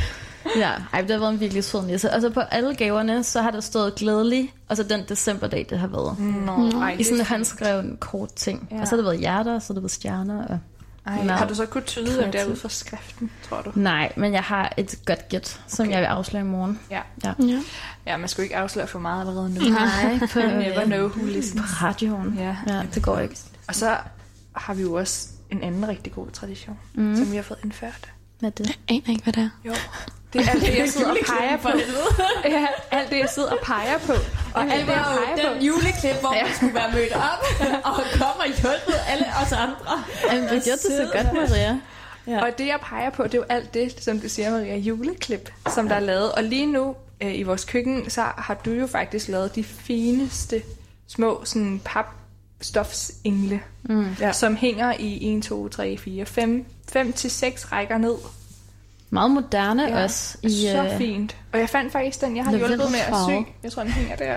Ja, det har været en virkelig sød nisse. Altså på alle gaverne, så har der stået glædelig, og så den decemberdag, det har været. I sådan en håndskreven kort ting. Ja. Og så har det været hjerter, og så har det været stjerner. Og har du så kunnet tyde, om det er ude fra skriften, tror du? Nej, men jeg har et godt gæt, som jeg vil afsløre i morgen. Ja, man skal jo ikke afsløre for meget allerede nu. Nej, på never know who listens. På radioen. Ja, det går ikke. Og så har vi jo også en anden rigtig god tradition, som vi har fået indført. Hvad er det? Jeg aner ikke, hvad det er. Jo, det er alt det, jeg sidder og peger på. Ja, alt det, jeg sidder og peger på. Og alt det, jeg peger på. Den juleklip, hvor man skulle være mødt op og komme og hjulpet alle os andre. Jamen, du gjorde det så godt, Maria. Ja. Og det, jeg peger på, det er jo alt det, som du siger, Maria, juleklip, som der er lavet. Og lige nu i vores køkken, så har du jo faktisk lavet de fineste små sådan papstofsengle, som hænger i 1, 2, 3, 4, 5 til 6 rækker ned. Meget moderne også. Så fint. Og jeg fandt faktisk den, jeg har hjulpet med at sy. Jeg tror, den hænger der.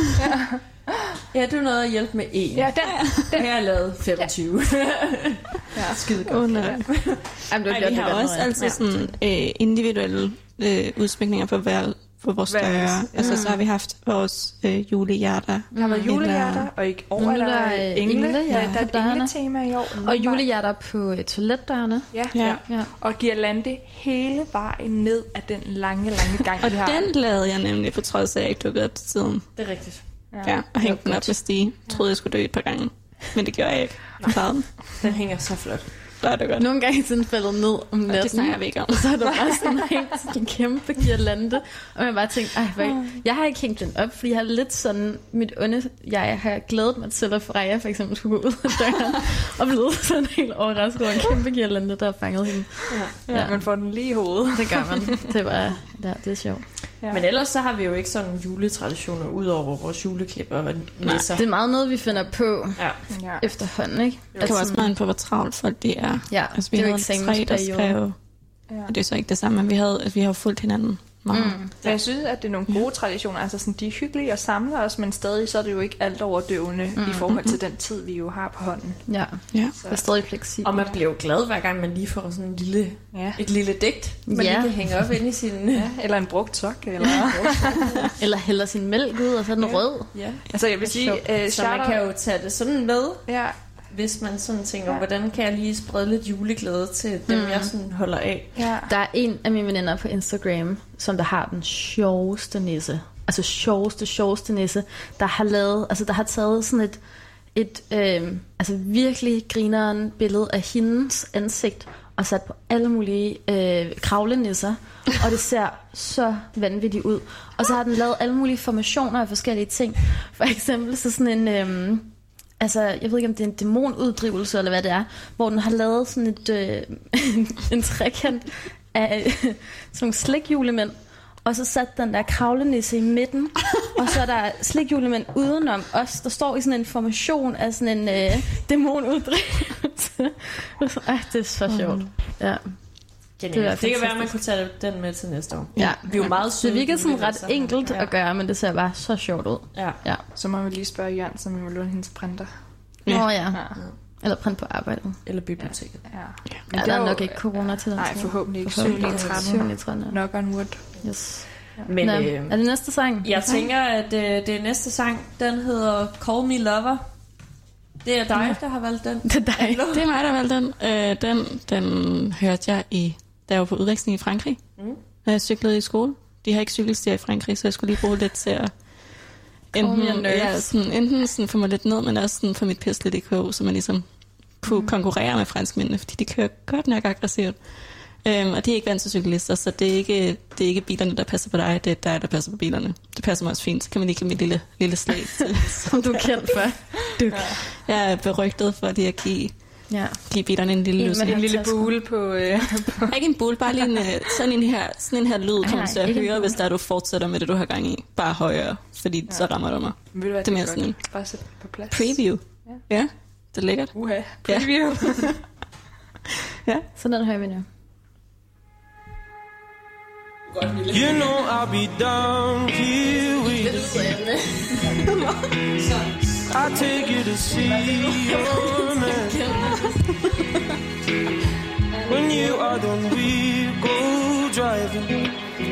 Ja, du nåede at hjælpe med 1. Ja, den. Jeg har lavet 25. Ja, skide godt. Vi har også altid sådan individuelle udsmykninger på vores døre. Altså, så har vi haft vores julehjerter. Der har været julehjerter, og i år er der engle. Der er et engletema i år. Og julehjerter på toiletdørene. Ja. Og girlande hele vejen ned af den lange gang, og vi har. Og den lavede jeg nemlig, på trods af, at jeg ikke dukkede op til tiden. Det er rigtigt. Ja, og hængte den op med Stige. Troede, jeg skulle dø et par gange. Men det gjorde jeg ikke. Den hænger så flot. Det godt. Nogle gange sådan faldet ned om natten. Det snakker vi ikke om. Så er der bare sådan en kæmpe girlande. Og jeg bare tænkte, jeg har ikke hængt den op, fordi jeg har lidt sådan, mit jeg har glædet mig til, at Freja for eksempel skulle gå ud af døren, og blevet sådan helt overrasket over en kæmpe girlande, der har fanget hende. Ja, man får den lige i hovedet. Det gør man. Det var, det er sjovt. Ja. Men ellers så har vi jo ikke sådan juletraditioner ud over vores juleklipper og nisser. Det er meget noget, vi finder på efterhånden, ikke? Det kan også meget på, hvor travlt folk det er. Ja, altså, vi havde 3, der skrev. Og det er så ikke det samme, men vi har fulgt hinanden meget. Ja. Jeg synes, at det er nogle gode traditioner. Altså sådan, de er hyggelige og samler os, men stadig så er det jo ikke alt overdøvende i forhold til den tid, vi jo har på hånden. Ja. Det er stadig fleksibelt. Og man bliver jo glad, hver gang man lige får sådan et lille digt, man lige kan hænge op inde i sin... eller en brugt sok. Eller hælder sin mælk ud, og så er den rød. Ja. Altså jeg vil sige... så man kan jo tage det sådan med... Ja. Hvis man sådan tænker, hvordan kan jeg lige sprede lidt juleglæde til dem, jeg sådan holder af. Ja. Der er en af mine veninder på Instagram, som der har den sjoveste nisse. Altså sjoveste nisse, der har lavet, altså der har taget sådan et altså virkelig grineren billede af hendes ansigt, og sat på alle mulige kravlenisser, og det ser så vanvittigt ud. Og så har den lavet alle mulige formationer af forskellige ting. For eksempel så sådan en... altså, jeg ved ikke, om det er en dæmonuddrivelse, eller hvad det er, hvor den har lavet sådan en trekant af sådan nogle slikjulemænd, og så sat den der kravlenisse i midten, og så er der slikjulemænd udenom os, der står i sådan en formation af sådan en dæmonuddrivelse. Det er så sjovt. Ja. Det kan være, at man kunne tage den med til næste år. Ja. Vi er jo meget søde. Det virker sådan ret enkelt at gøre, men det ser bare så sjovt ud. Ja. Så må vi lige spørge Jørgen, som vi må låne hendes printer. Ja. Eller print på arbejdet. Eller biblioteket. Men der er nok ikke corona til den. Nej, forhåbentlig ikke. 7.13. Knock on wood. Yes. Men, er det næste sang? Jeg tænker, at det er næste sang. Den hedder Call Me Lover. Det er dig, der har valgt den. Det er dig. Det er mig, der har valgt den. Den hørte jeg da jeg var på udveksling i Frankrig. Når jeg cyklede i skole. De har ikke cykelstier i Frankrig, så jeg skulle lige bruge lidt til at enten sådan få mig lidt ned, men også sådan få mit pis lidt i kog, så man ligesom kunne konkurrere med franskmændene, fordi de kører godt nok aggressivt. Og de er ikke vant til cyklister, så det er ikke bilerne, der passer på dig, det er dig, der passer på bilerne. Det passer mig også fint, så kan man lige give mit lille slag til. Som du er kendt for. Jeg er berygtet for det at give bilerne en lille løsning. En lille bule på... Ikke en bule, bare lige sådan en her lyd, kommer til at høre, hvis der du fortsætter med det, du har gang i. Bare højere, fordi så rammer du mig. Det er mere sådan bare sætte på plads. Preview. Ja, det er lækkert. Preview. Ja. Så den hører vi nu. You know I'll be down here with you. I'll take you to see your man. When you are done, we go drive. driving.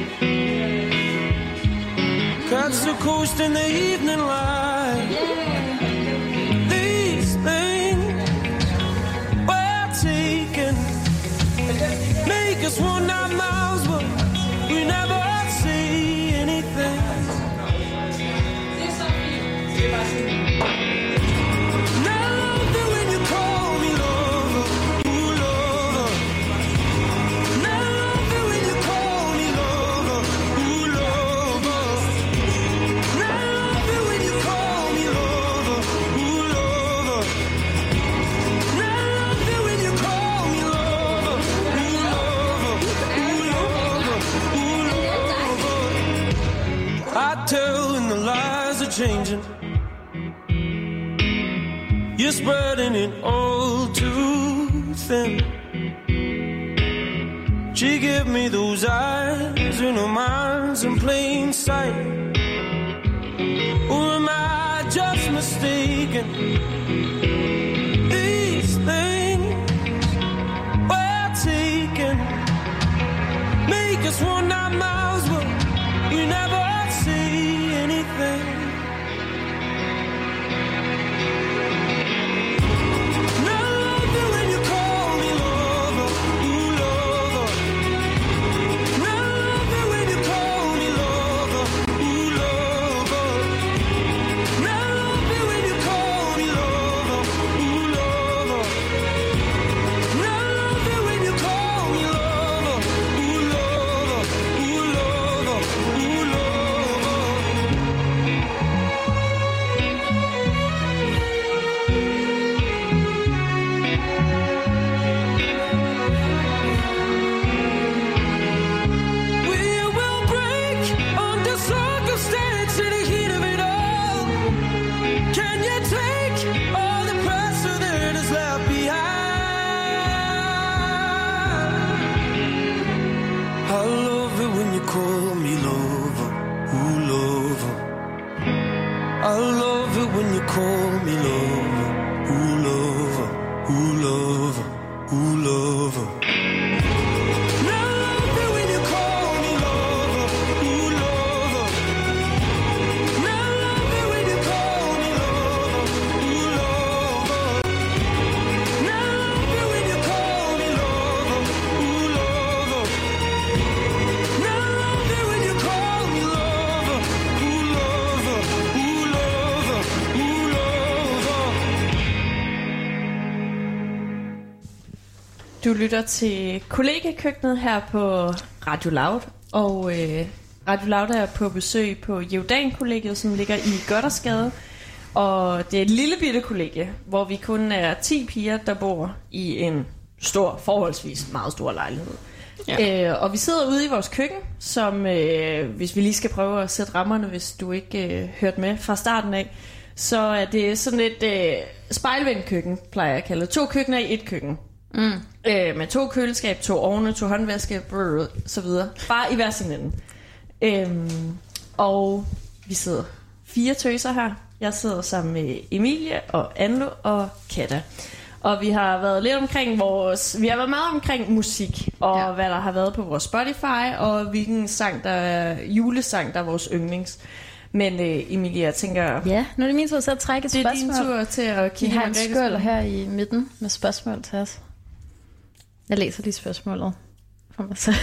Catch the coast in the evening light. These things we're taking make us run 9 miles, but we never see anything. Changing, you're spreading it all too thin. She gave me those eyes in her mind's in plain sight. Or am I just mistaken? These things we're taking make us run 9 miles, but we never see anything. Du lytter til kollegekøkkenet her på Radio Loud, og Radio Loud er på besøg på Jordan-kollegiet, som ligger i Gothersgade. Og det er et lille bitte kollegie, hvor vi kun er 10 piger, der bor i en stor, forholdsvis meget stor lejlighed. Ja. Og vi sidder ude i vores køkken, som hvis vi lige skal prøve at sætte rammerne, hvis du ikke hørte med fra starten af, så er det sådan et spejlvendt køkken, plejer jeg at kalde det. 2 køkkener i et køkken. Med 2 køleskab, 2 ovne, 2 håndvaske, så videre. Bare i hver sin ende. Og vi sidder 4 tøser her. Jeg sidder sammen med Emilie og Anlo og Katta. Og vi har været lidt omkring vi har været meget omkring musik og hvad der har været på vores Spotify, og hvilken sang der er julesang, der er vores yndlings. Men Emilie, jeg tænker... Ja, nu er det min tur til at trække et spørgsmål. Det er din tur til at kigge. Vi har en skål her i midten med spørgsmål til os. Jeg læser lige spørgsmålet for mig selv.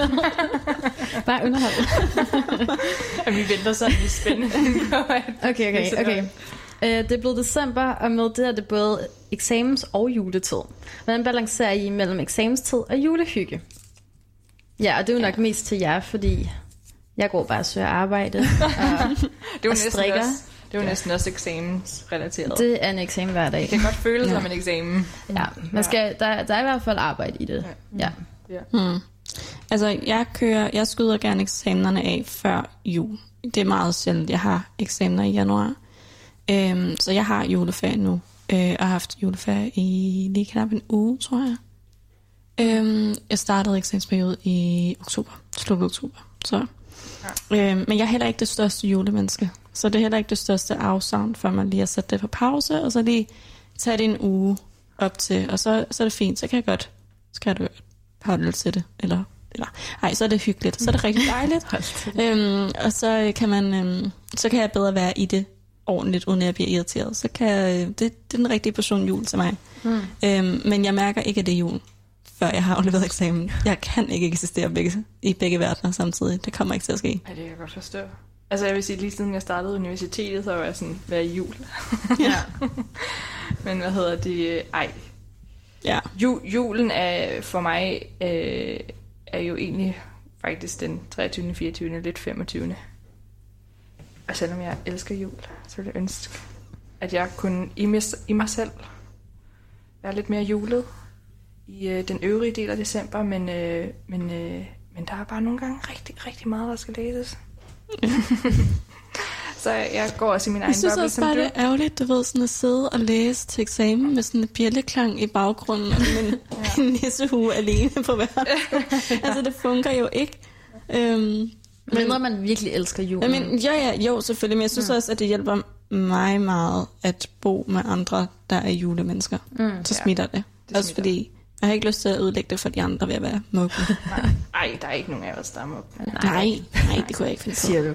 Bare underhold. Vi venter sådan i spændende. Okay. Det er blevet december, og med det er det både eksamens- og juletid. Hvordan balancerer I mellem eksamenstid og julehygge? Ja, og det er jo nok mest til jer, fordi jeg går bare og søger arbejde og strikker. Det er jo næsten også eksamensrelateret. Det er en eksamen hver dag. Det kan godt føles som en eksamen. Ja, der er i hvert fald arbejde i det. Ja. Altså, jeg skyder gerne eksamenerne af før jul. Det er meget sjældent, jeg har eksamener i januar. Så jeg har juleferie nu, og har haft juleferie i lige knap en uge, tror jeg. Jeg startede eksamensperiode i oktober, slut oktober. Så. Men jeg er heller ikke det største julemenneske, så det er heller ikke det største afsavn, før man lige har sat det på pause, og så lige tage det en uge op til, og så er det fint, så kan jeg godt holde til det, eller så er det hyggeligt. Så er det rigtig dejligt. Og så kan man, så kan jeg bedre være i det ordentligt, uden at jeg bliver irriteret. Så kan det er den rigtige portion jul til mig. Men jeg mærker ikke, at det er jul, før jeg har afleveret eksamen. Jeg kan ikke eksistere i begge verdener samtidig. Det kommer ikke til at ske. Ja, det kan jeg godt forstå. Altså jeg vil sige, lige siden jeg startede universitetet, så var jeg sådan, hvad er jul? Ja. Men hvad hedder det? Ja. Julen er for mig er jo egentlig faktisk den 23., 24., lidt 25. Og selvom jeg elsker jul, så vil jeg ønske, at jeg kunne i mig selv være lidt mere julet i den øvrige del af december, men der er bare nogle gange rigtig, rigtig meget, der skal læses. Så jeg går også i min egen boble. Jeg synes også bare, det er ærgerligt, du ved, sådan at sidde og læse til eksamen med sådan en bjælleklang i baggrunden, men en nissehue alene på værelset. Altså, det fungerer jo ikke. Men man virkelig elsker julen. Men, jo, selvfølgelig. Men jeg synes også, at det hjælper mig meget at bo med andre, der er julemennesker. Så smitter det. Også fordi jeg har ikke lyst til at udlægge det for de andre ved at være mugne. Nej, der er ikke nogen af os, der er mugne. Nej, det kunne jeg ikke finde på. Siger du.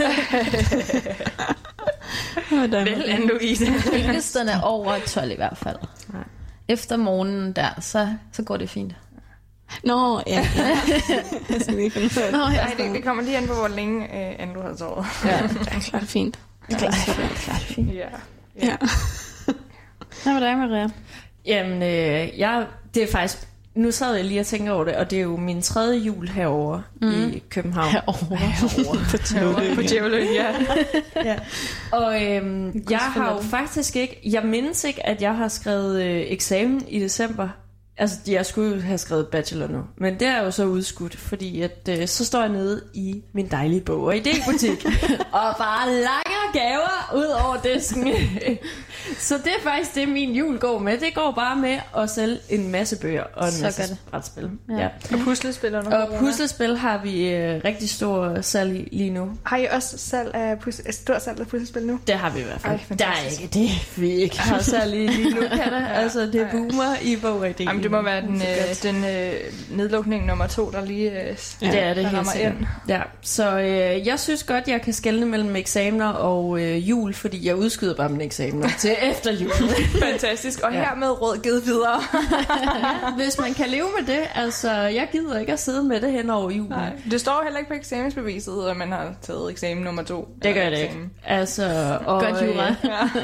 Vel, Anne-Louise. Ikke hvis den er over 12 i hvert fald. Nej. Efter morgenen der, så går det fint. Nå, ja. Jeg skal lige finde på det. Nej, det kommer lige an på, hvor længe Anne har sovet. Ja, det er klart fint. Det er klart fint. Ja. Hvad med dig, Maria? Jamen, det er faktisk... Nu sad jeg lige og tænker over det, og det er jo min 3. jul herovre i København. Herovre. På Djævløen, ja. Og jeg har jo faktisk ikke... Jeg mindes ikke, at jeg har skrevet eksamen i december. Altså, jeg skulle jo have skrevet bachelor nu. Men det er jo så udskudt, fordi at, så står jeg nede i min dejlige bog- og idébutik. og bare langer gaver ud over disken. Så det er faktisk det, min jul går med. Det går bare med at sælge en masse bøger og en masse brætspil. Ja. Og puslespil og puslespil har vi rigtig stor salg i lige nu. Har I også stort salg af puslespil nu? Det har vi i hvert fald. Der er ikke det, vi ikke har salg i lige nu, kan det. Altså, det boomer i bog og idé. Jamen, det må være den nedlukning nummer 2, der lige det er det helt sikkert. Ja, så jeg synes godt, jeg kan skelne mellem eksamener og jul, fordi jeg udskyder bare mine eksamener til efter jul. Fantastisk. Og hermed råd givet videre. Hvis man kan leve med det, altså jeg gider ikke at sidde med det hen over julen. Nej. Det står heller ikke på eksamensbeviset, at man har taget eksamen nummer 2. Det gør det ikke. Altså, og, godt jura.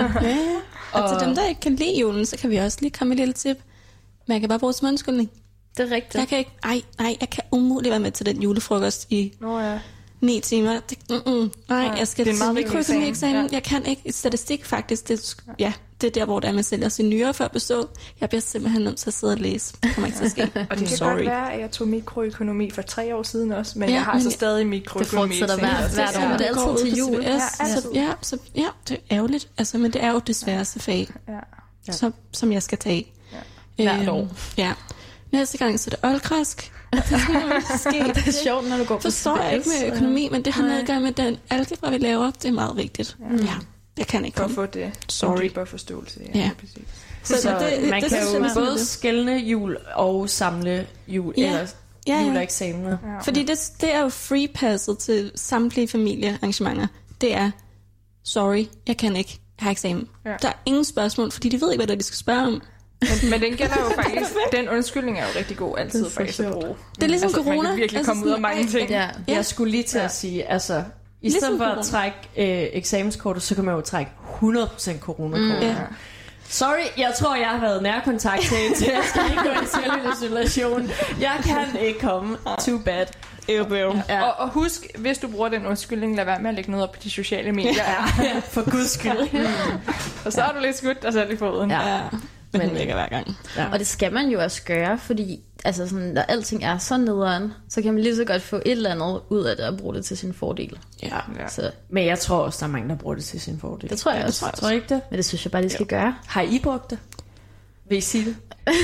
Og til dem, der ikke kan lide julen, så kan vi også lige komme med et lille tip. Men jeg kan bare bruge som undskyldning. Det er rigtigt. Jeg kan ikke, jeg kan umuligt være med til den julefrokost i 9 timer. Nej, jeg skal til mikroøkonomi-eksamen. Ja. Jeg kan ikke. Statistik faktisk, det er der, hvor man sælger sin nyere før bestå. Jeg bliver simpelthen nødt til at sidde og læse. Det kommer ikke til at ske. Og det kan godt være, at jeg tog mikroøkonomi for 3 år siden også, men jeg har så stadig mikroøkonomi. Det fortsætter hvert år, men det er altid til jul. Ja, det er ærgerligt. Altså, men det er jo det sværeste fag, som jeg skal tage. Hvert år. Ja. Næste gang så er det oldgræsk. Det er sjovt, når du går på forstår jeg ikke med økonomi, men det har noget at gøre med den algebra, vi laver. Det er meget vigtigt. Ja, jeg kan ikke komme. For at få det. Sorry. For forståelse. Ja. Så man kan jo både skelne jul og samle jul, eller jul og eksamener. Ja. Fordi det er jo free passet til samtlige familiearrangementer. Det er, sorry, jeg kan ikke have eksamen. Ja. Der er ingen spørgsmål, fordi de ved ikke, hvad de skal spørge om. Men den gælder jo faktisk, den undskyldning er jo rigtig god altid faktisk at bruge. Det er ligesom corona. Man kan virkelig komme ud af mange ting. Ja. Jeg skulle lige til at sige, altså, i stedet for at trække eksamenskortet, så kan man jo trække 100% coronakort. Ja. Sorry, jeg tror, jeg har været nærkontakt til en, så jeg skal ikke gå i selvisolation. Jeg kan ikke komme. Too bad. Ja. Og husk, hvis du bruger den undskyldning, lad være med at lægge noget op på de sociale medier. Ja, for guds skyld. Og så har du lidt skudt dig selv i foden. Ja. Men det ligger hver gang. Ja. Og det skal man jo også gøre, fordi altså sådan, når alting er så nederen, så kan man lige så godt få et eller andet ud af det og bruge det til sin fordel. Ja. Så. Men jeg tror også, der er mange, der bruger det til sin fordel. Det tror jeg også. Tror ikke det? Men det synes jeg bare, de skal gøre. Har I brugt det? Vil I sige det?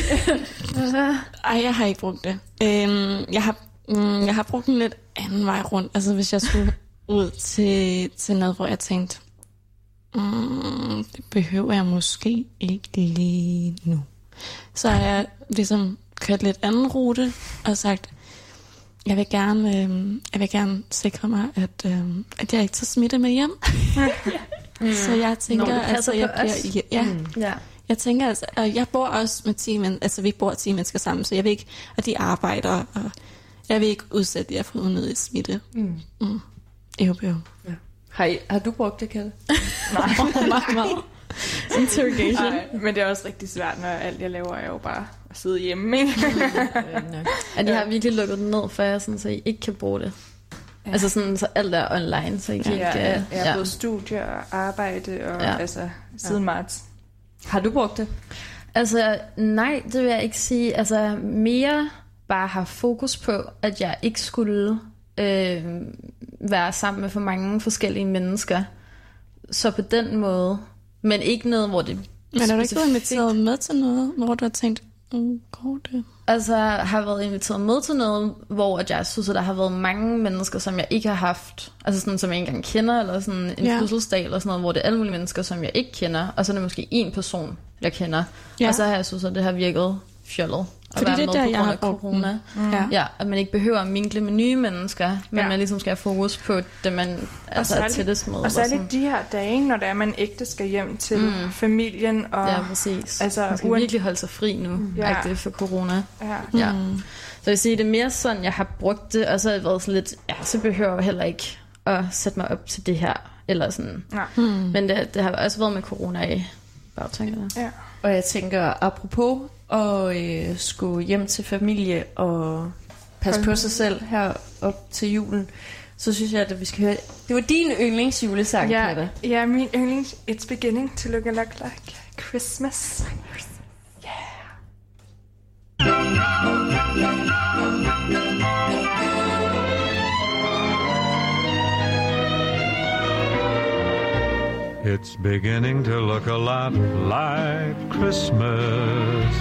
Ej, jeg har ikke brugt det. Jeg har brugt en lidt anden vej rundt. Altså hvis jeg skulle ud til noget, hvor jeg tænkte, det behøver jeg måske ikke lige nu. Så har jeg ligesom kørt lidt anden rute og sagt, Jeg vil gerne sikre mig, at jeg ikke tager smitte med hjem. Så jeg tænker, jeg tænker, altså, jeg bor også med 10 mennesker, altså vi bor 10 mennesker sammen, så jeg vil ikke, at de arbejder, og jeg vil ikke udsætte jer for unødig smitte. Ja. Har du brugt det, Kalle? Nej. Meget. Interrogation. Nej, men det er også rigtig svært, når alt jeg laver er jo bare at sidde hjemme, ikke? Og de har virkelig lukket den ned for jer, sådan, så I ikke kan bruge det. Ja. Altså sådan, så alt er online, så I kan ikke... Jeg har både studie og arbejde, og altså siden marts. Har du brugt det? Altså, nej, det vil jeg ikke sige. Altså, mere bare have fokus på, at jeg ikke skulle være sammen med for mange forskellige mennesker. Så på den måde... Men ikke noget, hvor det... Men er du ikke blevet inviteret med til noget, hvor du har tænkt, går det? Altså, har været inviteret med til noget, hvor at jeg synes, at der har været mange mennesker, som jeg ikke har haft. Altså sådan, som jeg ikke engang kender, eller sådan en fødselsdag, eller sådan noget, hvor det er alle mulige mennesker, som jeg ikke kender. Og så er det måske en person, jeg kender. Ja. Og så har jeg synes, at det har virket fjollet. Fordi det er der, jeg har corona. Ja, at man ikke behøver at mingle med nye mennesker, men man ligesom skal have fokus på det, man altså er tættest med. Og særligt de her dage, når det er, man ægte skal hjem til familien. Og, ja, præcis. Altså, man skal virkelig holde sig fri nu, for corona. Ja. Så jeg vil sige, det er mere sådan, jeg har brugt det, og så har jeg været sådan lidt, så behøver jeg heller ikke at sætte mig op til det her, eller sådan. Men det har også været med corona i bagtankerne. Ja. Og jeg tænker, apropos og skulle hjem til familie og passe på sig selv her op til julen, så synes jeg, at vi skal høre... Det var din yndlingsjulesang, Katte. Ja, min yndlings... It's beginning to look a lot like Christmas. It's beginning to look a lot like Christmas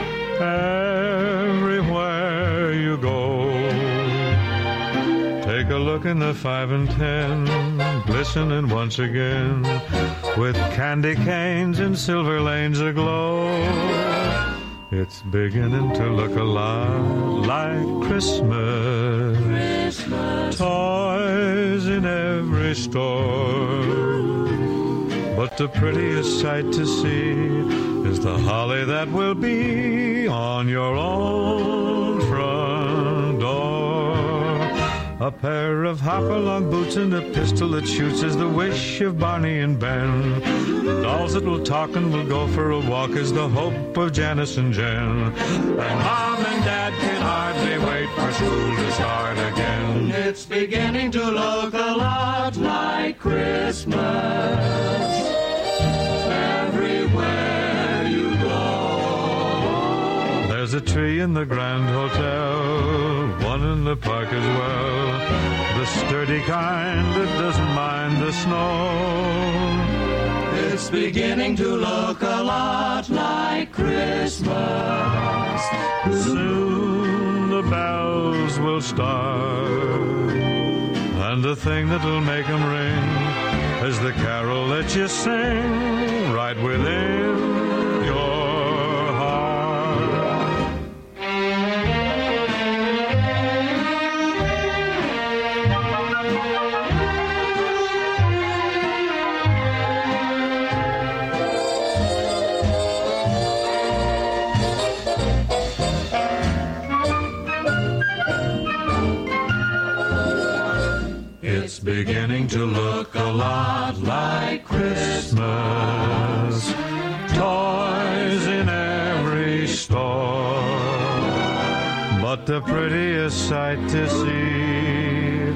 everywhere you go. Take a look in the 5 and 10, glistening once again, with candy canes and silver lanes aglow. It's beginning to look a lot like Christmas. Toys in every store. But the prettiest sight to see is the holly that will be on your own front door. A pair of hop-along boots and a pistol that shoots is the wish of Barney and Ben. Dolls that will talk and will go for a walk is the hope of Janice and Jen. And Mom and Dad can hardly wait for school to start again. It's beginning to look a lot like Christmas. There's a tree in the Grand Hotel, one in the park as well, the sturdy kind that doesn't mind the snow. It's beginning to look a lot like Christmas. Soon the bells will start, and the thing that'll make them ring is the carol that you sing right within your beginning to look a lot like Christmas. Toys in every store, but the prettiest sight to see.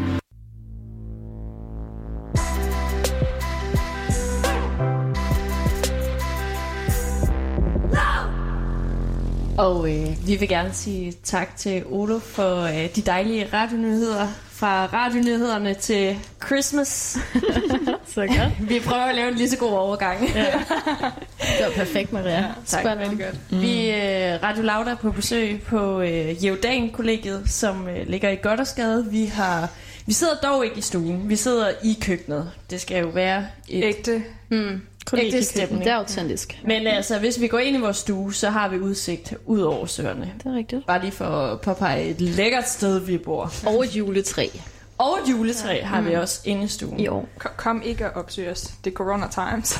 Og vi vil gerne sige tak til Olo for de dejlige radionyheder. Fra radionyhederne til Christmas. Så godt. Vi prøver at lave en lige så god overgang. Ja. Det var perfekt, Maria. Ja, tak. Rigtig godt. Vi er Radio Loud er på besøg på Yeodan-kollegiet, som ligger i Gothersgade. Vi sidder dog ikke i stuen. Vi sidder i køkkenet. Det skal jo være et... ægte ægte stemning. Det er autentisk. Men altså, hvis vi går ind i vores stue, så har vi udsigt ud over søerne. Det er rigtigt. Bare lige for at påpege et lækkert sted, vi bor. Og et juletræ. Og et juletræ har vi også inde i stuen. I år. Kom ikke og opsøg os. Det er corona times.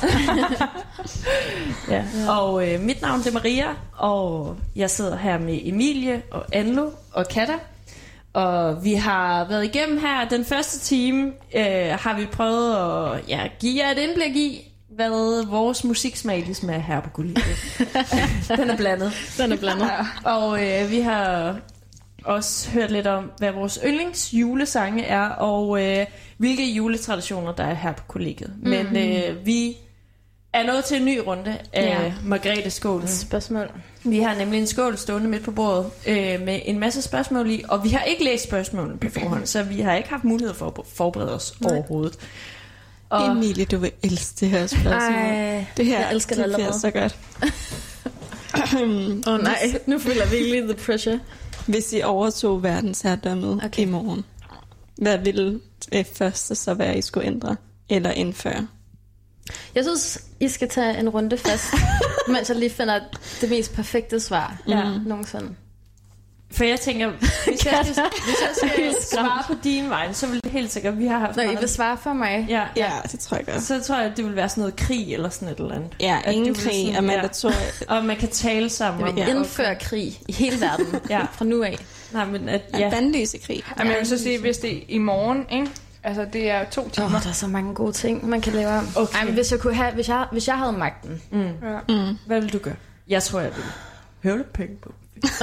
Ja. Og mit navn er Maria, og jeg sidder her med Emilie og Anlo og Katta. Og vi har været igennem her den første time, har vi prøvet at give jer et indblik i, hvad vores musiksmag ligesom er her på Kollegiet. Den er blandet. Og vi har også hørt lidt om, hvad vores yndlingsjulesange er, og hvilke juletraditioner der er her på Kollegiet. Men vi er nået til en ny runde af Margrethe Skålens spørgsmål. Vi har nemlig en skål stående midt på bordet med en masse spørgsmål i, og vi har ikke læst spørgsmålene på forhånd, så vi har ikke haft mulighed for at forberede os overhovedet. Og Emilie, du vil elske det her spørgsmål. Det her, jeg elsker det bliver så godt. Nej, nu føler vi virkelig the pressure. Hvis I overtog verdensherredømmet i morgen, hvad ville det første så være, I skulle ændre eller indføre? Jeg synes, I skal tage en runde først, mens jeg lige finder det mest perfekte svar nogensinde. For jeg tænker, hvis jeg skal svare på din vej, så vil det helt sikkert, vi har haft... Når I vil svare for mig? Ja, det tror jeg godt. Så tror jeg, at det vil være sådan noget krig eller sådan et eller andet. Ja, ingen krig, og og man kan tale sammen om... Indføre krig i hele verden fra nu af. Nej, men bandlyse krig. Jamen, jeg vil så sige, hvis det er i morgen, ikke? Altså, det er 2 timer. Der er så mange gode ting, man kan lave om. Okay. Ej, men hvis jeg havde magten. Hvad vil du gøre? Jeg tror, jeg vil høvle penge på.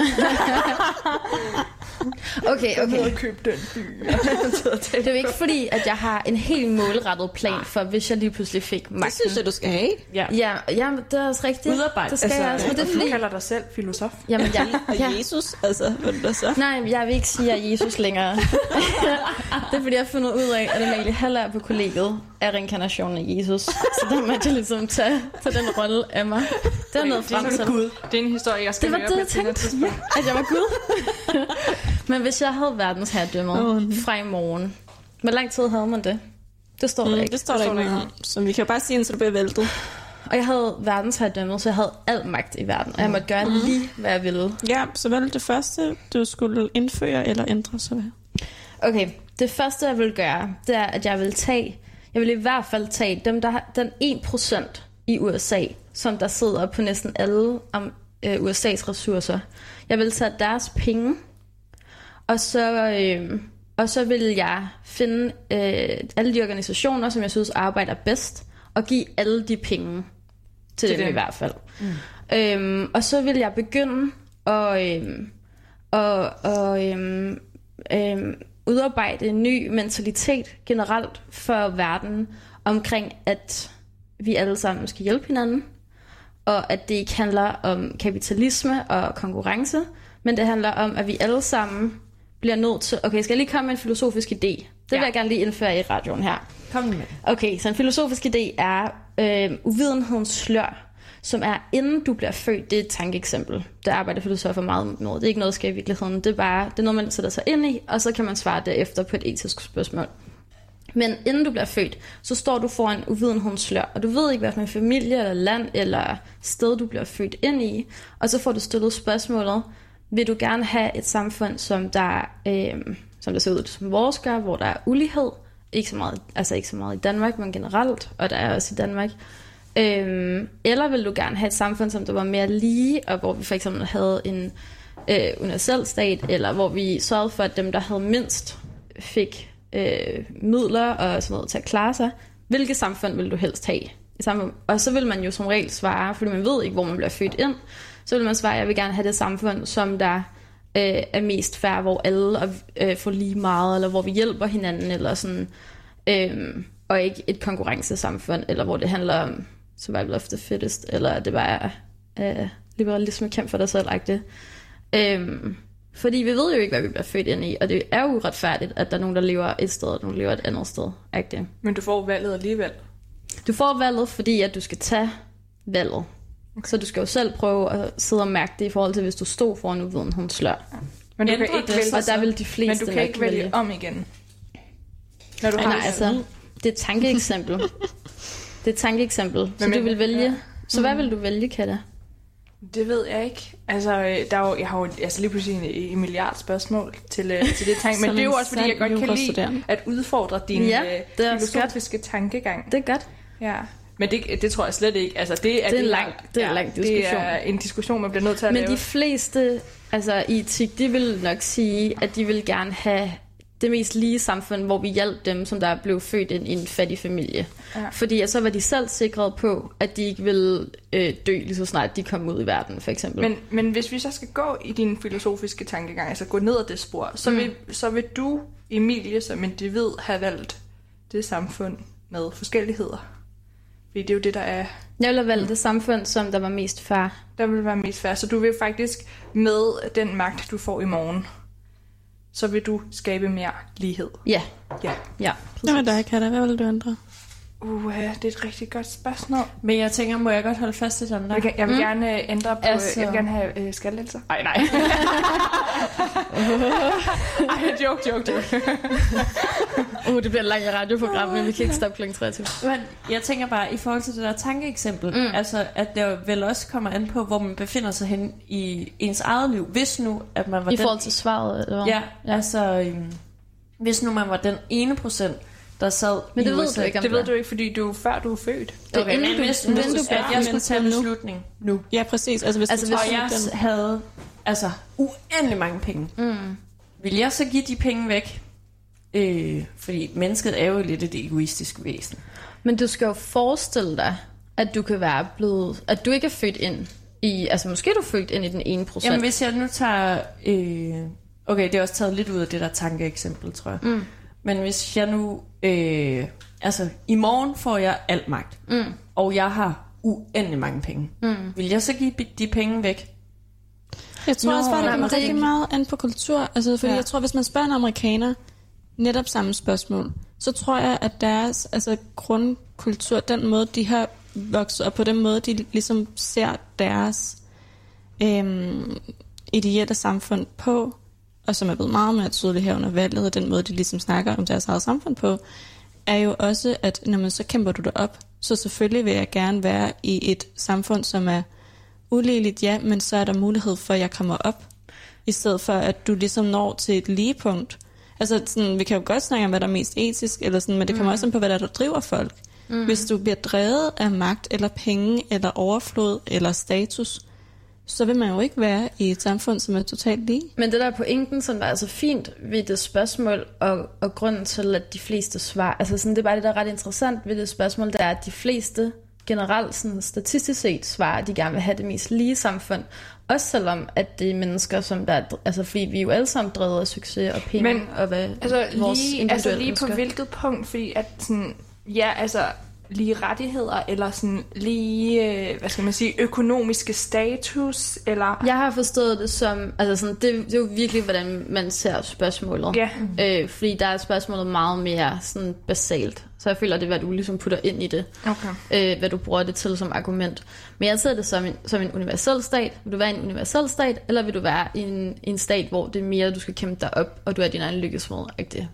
Okay. Køb den by. Det er jo ikke fordi, at jeg har en helt målrettet plan for, hvis jeg lige pludselig fik magten. Det synes jeg, du skal have. Ja, det er også rigtigt. Udarbejde. Det skal jeg også. Du kalder dig selv filosof. Jamen, Og Jesus, altså, hvad er det så? Nej, jeg vil ikke sige, at jeg er Jesus længere. Det er fordi, jeg har fundet ud af, at Amalie Haller på kollegiet er reinkarnationen af Jesus. Så der måtte jeg ligesom tage den rolle af mig. Det er noget frem til. Det er en historie, jeg skal høre på. Det var det, jeg tænkte. At jeg var Gud. Men hvis jeg havde verdensherredømmet fra i morgen, hvor lang tid havde man det? Det står der ikke. Det står der ikke. Så vi kan jo bare sige, så du bliver væltet. Og jeg havde verdensherredømmet, så jeg havde al magt i verden. Og jeg måtte gøre lige, hvad jeg ville. Ja, så hvad er det første, du skulle indføre eller ændre så hvad? Okay, det første, jeg vil gøre, det er, at jeg vil i hvert fald tage dem, der har den 1% i USA, som der sidder på næsten alle USA's ressourcer. Jeg vil tage deres penge, og så vil jeg finde alle de organisationer, som jeg synes arbejder bedst, og give alle de penge til dem i hvert fald. Og så vil jeg begynde at udarbejde en ny mentalitet generelt for verden omkring, at vi alle sammen skal hjælpe hinanden, og at det ikke handler om kapitalisme og konkurrence, men det handler om, at vi alle sammen bliver nødt til... Okay, skal jeg lige komme med en filosofisk idé? Det vil jeg gerne lige indføre i radioen her. Kom med. Okay, så en filosofisk idé er uvidenhedens slør, som er, inden du bliver født. Det er et tankeeksempel. Det arbejder filosofer meget med. Det er ikke noget, der sker i virkeligheden. Det er noget, man sætter sig ind i, og så kan man svare derefter på et etisk spørgsmål. Men inden du bliver født, så står du foran uvidenhedens slør, og du ved ikke, hvad for en familie eller land eller sted, du bliver født ind i. Og så får du stillet spørgsmålet, vil du gerne have et samfund, som der ser ud som vores gør, hvor der er ulighed? Ikke så meget i Danmark, men generelt, og der er også i Danmark. Eller vil du gerne have et samfund, som der var mere lige, og hvor vi for eksempel havde en universel stat, eller hvor vi sørgede for, at dem, der havde mindst, fik midler og sådan noget til at klare sig. Hvilket samfund vil du helst have? Og så vil man jo som regel svare, fordi man ved ikke, hvor man bliver født ind, så vil man svare, at jeg vil gerne have det samfund, som der er mest fair, hvor alle får lige meget, eller hvor vi hjælper hinanden, eller sådan, og ikke et konkurrencesamfund, eller hvor det handler om survival of the fittest, eller det bare er liberalisme, kæmpe for dig selv-agtigt. Fordi vi ved jo ikke, hvad vi bliver født ind i, og det er jo uretfærdigt, at der er nogen, der lever et sted, og nogen, der lever et andet sted. Agtigt. Men du får valget alligevel? Du får valget, fordi at du skal tage valget. Okay. Så du skal jo selv prøve at sidde og mærke det i forhold til, hvis du stod foran uvidenhedens slør. Men du kan ikke vælge, og der vil de fleste. men du kan ikke vælge om igen. Når du det er et tankeeksempel. Det er et tankeeksempel, så du vil vælge. Ja. Så hvad vil du vælge, Katja? Det ved jeg ikke. Altså, jeg har jo lige pludselig en milliard spørgsmål til det tanke, men det er jo også, fordi jeg godt kan lide at udfordre din filosofiske tankegang. Det er godt. Ja. Men det tror jeg slet ikke. Altså, det er en lang diskussion. Det er en diskussion, man bliver nødt til at lave. Men de fleste i etik, de vil nok sige, at de vil gerne have det mest lige samfund, hvor vi hjalp dem, som der blev født i en fattig familie. Ja. Fordi så var de selv sikret på, at de ikke ville dø lige så snart de kom ud i verden, for eksempel. Men hvis vi så skal gå i din filosofiske tankegang, altså gå ned ad det spor, så vil du, Emilie, som individ, have valgt det samfund med forskelligheder. Fordi det er jo det, der er... Jeg ville have valgt det samfund, som der var mest fair. Der vil være mest fair. Så du vil faktisk, med den magt, du får i morgen, så vil du skabe mere lighed. Ja. Hvad med dig, Katja? Hvad vil du ændre? Det er et rigtig godt spørgsmål. Men jeg tænker, må jeg godt holde fast i sådan der? Jeg vil gerne ændre på... Jeg vil gerne have skattelettelser. Nej. Joke. Det bliver et langt radioprogram, men vi kan ikke stoppe kl. 23. Men jeg tænker bare, i forhold til det der tankeeksempel, altså at det vel også kommer an på, hvor man befinder sig hen i ens eget liv. Hvis nu, at man var I forhold til svaret, eller hvad? Ja, altså... hvis nu man var den 1%, der sad men det i ved USA. du ikke, det ved du ikke, fordi du før du er født. Okay, men hvis jeg skulle tage beslutning nu. Ja, præcis. Altså, hvis jeg havde uendelig mange penge, vil jeg så give de penge væk? Fordi mennesket er jo lidt et egoistisk væsen. Men du skal jo forestille dig, at du kan være blevet... At du ikke er født ind i... Altså, måske er du født ind i den 1%. Jamen, hvis jeg nu tager... okay, det er også taget lidt ud af det der tankeeksempel, tror jeg. Men hvis jeg nu... i morgen får jeg alt magt. Og jeg har uendelig mange penge. Vil jeg så give de penge væk? Jeg tror også bare, det kommer rigtig meget an på kultur. Altså, fordi jeg tror, hvis man spørger en amerikaner netop samme spørgsmål, så tror jeg, at deres grundkultur, den måde, de har vokset op på, den måde, de ligesom ser deres ideelle samfund på, og som er blevet meget mere tydeligt her under valget, og den måde, de ligesom snakker om deres eget samfund på, er jo også, at når man så kæmper du dig op, så selvfølgelig vil jeg gerne være i et samfund, som er uligeligt, ja, men så er der mulighed for, at jeg kommer op, i stedet for, at du ligesom når til et ligepunkt. Altså, sådan, vi kan jo godt snakke om, hvad der er mest etisk, eller sådan, men det kommer også an på, hvad der driver folk. Hvis du bliver drevet af magt, eller penge, eller overflod, eller status, så vil man jo ikke være i et samfund, som er totalt lige. Men det der er pointen, som der er så fint ved det spørgsmål, og grunden til, at de fleste svarer, altså sådan, det er bare det, der er ret interessant ved det spørgsmål, det er, at de fleste generelt, sådan statistisk set, svarer, at de gerne vil have det mest lige samfund. Også selvom, at det er mennesker, som der... Altså, fordi vi er jo alle sammen drevet af succes og penge. Men, og hvad altså lige på hvilket punkt, fordi at sådan... Ja, altså... lige rettigheder, eller sådan lige, hvad skal man sige, økonomiske status, eller... Jeg har forstået det som, altså sådan, det er jo virkelig, hvordan man ser spørgsmålet. Ja. Fordi der er spørgsmålet meget mere sådan basalt. Så jeg føler, det er, hvad du ligesom putter ind i det. Okay. Hvad du bruger det til som argument. Men jeg ser det som en universel stat. Vil du være en universel stat, eller vil du være i en stat, hvor det er mere, du skal kæmpe dig op, og du er din egen lykkesmed?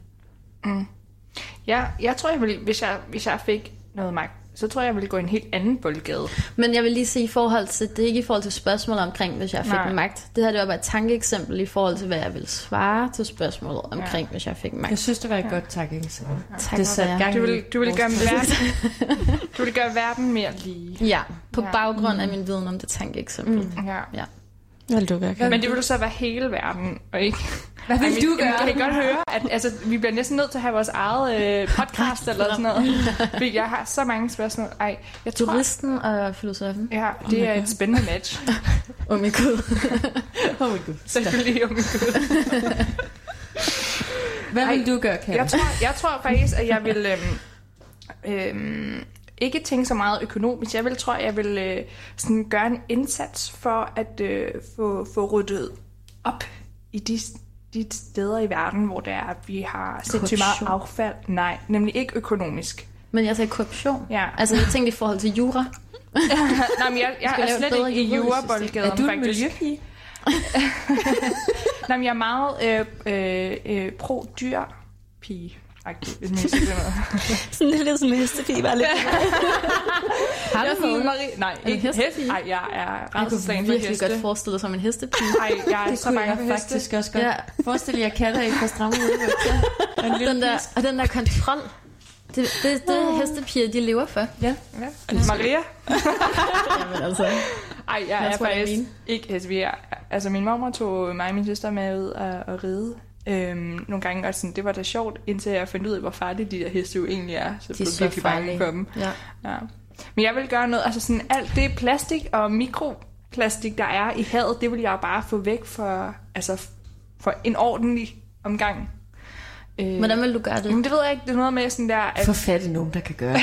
Ja, jeg tror, jeg ville, hvis jeg fik noget magt, så tror jeg ville gå i en helt anden boldgade. Men jeg vil lige sige i forhold til, det er ikke i forhold til spørgsmålet omkring, hvis jeg fik magt. Det her, det var bare et tankeeksempel i forhold til, hvad jeg ville svare til spørgsmålet omkring, hvis jeg fik magt. Jeg synes, det var et godt tankeeksempel. Tak, det satte gang du ville gøre verden mere lige. Ja, på baggrund af min viden om det tankeeksempel. Ja. Hvad vil du gøre? Men det ville så være hele verden, og ikke... Hvad vil du gøre? Jeg kan godt høre, at vi bliver næsten nødt til at have vores eget podcast eller sådan noget. Fordi jeg har så mange spørgsmål. Jeg tror... Juristen og filosofen. Ja, det er et spændende match. Oh my god. Oh my god. Selvfølgelig, oh my god. Hvad vil du gøre, Katja? Jeg tror faktisk, at jeg vil... ikke tænke så meget økonomisk. Jeg vil sådan gøre en indsats for at få ryddet op i de steder i verden, hvor det er, at vi har sindssygt meget affald. Nej, nemlig ikke økonomisk. Men jeg sagde korruption. Ja. Altså, jeg tænkte i forhold til jura. Nej, men jeg er slet ikke i juraboldgaden, faktisk. Er du en miljøpige? Nej, men jeg er meget pro-dyr-pige. Hvis man siger noget. Sådan lidt som en hestepige, bare lidt. Har du fået Marie? Nej, ikke hestepige. Nej, jeg er rædselsslagen for heste. Jeg kunne virkelig godt forestille dig som en hestepige. Nej, jeg er så bange for heste. Faktisk også godt. Ja. Forestil jer katter i for stramme udløb. Og den der kontrol. Det hestepiger, de lever for. Ja. Maria? Jamen altså. Ej, jeg er faktisk ikke hestepige. Altså, min mormor tog mig og min søster med ud at ride. Nogle gange, og sådan, det var da sjovt, indtil jeg fandt ud af, hvor farlige de der heste jo egentlig er. Så de er så virkelig bange for dem. Ja. Men jeg vil gøre noget, altså sådan alt det plastik og mikroplastik, der er i havet, det vil jeg bare få væk for en ordentlig omgang. Hvordan vil du gøre det? Men det ved jeg ikke, det er noget med sådan der... At for fat i nogen, der kan gøre det.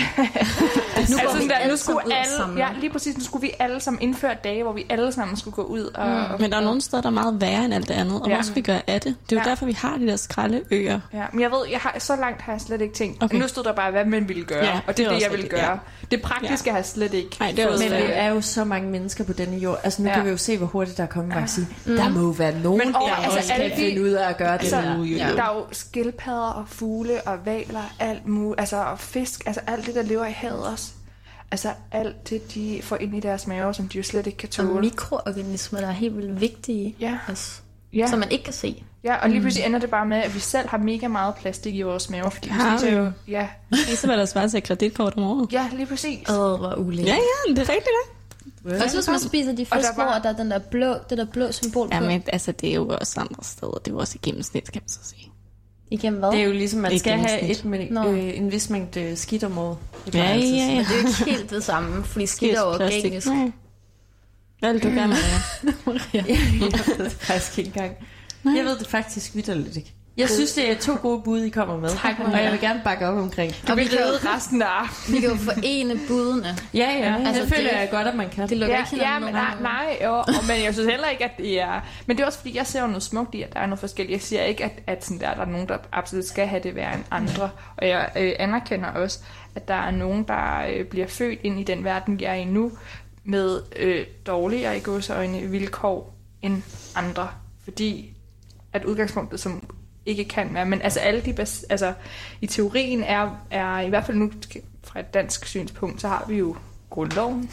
nu skulle alle... Ja, lige præcis, nu skulle vi alle sammen indføre dage, hvor vi alle sammen skulle gå ud og... Men der er nogle steder, der er meget værre end alt det andet, og hvor skal vi gøre af det? Det er jo derfor, vi har de der skraldeøer. Ja, men jeg ved, så langt har jeg slet ikke tænkt. Okay. Nu stod der bare, hvad man ville gøre, og det er det, jeg ville gøre. Det praktiske har jeg slet ikke. Men vi er jo så mange mennesker på denne jord. Altså nu kan vi jo se, hvor hurtigt der er kommet vaccine. Der må være nogen, der også kan finde ud af at gøre det. Der er jo skildpadder og fugle og hvaler, alt muligt, altså og fisk, altså alt det, der lever i havet også. Altså alt det, de får ind i deres mave, som de jo slet ikke kan tåle. Og mikroorganismer, der er helt vildt vigtige, som man ikke kan se. Ja, og lige pludselig ender det bare med, at vi selv har mega meget plastik i vores mave, fordi vi jo... Ja. Så var der svaret til kreditkort om året. Ja, lige præcis. Hvor ulækkert. Ja, det er rigtigt, Og så hvis man spiser de fisk, hvor der er den der blå symbol på. Jamen, altså det er jo også andre steder. Det er jo også i gennemsnit, kan man så sige. Igennem hvad? Det er jo ligesom, man skal have en vis mængde skidt om året. Ja. Men det er jo ikke helt det samme, fordi skidt er organisk. Hvad vil du gerne have? Jeg ved det faktisk ikke engang. Jeg ved det faktisk vitterligt ikke. Jeg synes, det er 2 gode bud, I kommer med. Tak, og jeg vil gerne bakke op omkring. Og vi kan jo resten af aftenen. Vi kan jo forene budene. Ja. Altså, det føler jeg godt, at man kan. Det lukker ikke hinanden men jeg synes heller ikke, at det er... Men det er også, fordi jeg ser jo noget smukt i, at der er noget forskelligt. Jeg siger ikke, at sådan der er nogen, der absolut skal have det værre end andre. Og jeg anerkender også, at der er nogen, der bliver født ind i den verden, jeg er i nu, med dårligere i gåseøjne vilkår end andre. Fordi at udgangspunktet, som ikke kan være, men altså alle de i teorien er i hvert fald nu fra et dansk synspunkt, så har vi jo grundloven.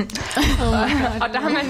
Og der har man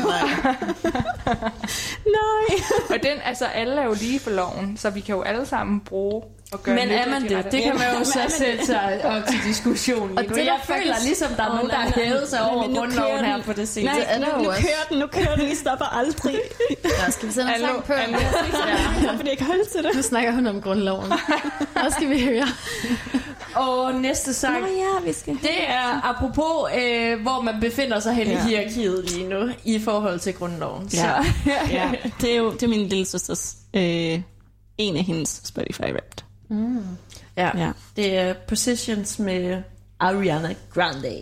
Nej. Og den, altså alle er jo lige for loven, så vi kan jo alle sammen bruge og gøre. Men er man det? Det kan man jo så sætte sig op til diskussion. Og det, jeg føler ligesom, der er nogen, der har hævet sig over grundloven her på det seneste. Nu kører den, I stopper aldrig. Ja, skal vi sende en sang på? Fordi jeg kan holde til det. Nu snakker hun om grundloven. Hvad skal vi høre? Og næste sang, vi skal. det er apropos, hvor man befinder sig hen i hierarkiet lige nu, i forhold til grundloven. Ja. Det er min lille søsters, en af hendes Spotify-Wrapped. Ja, det er Positions med Ariana Grande.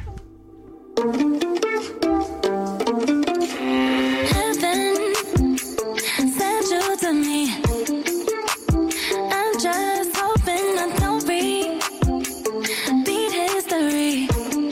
Heaven sent you to me. I'm just hoping I don't beat history.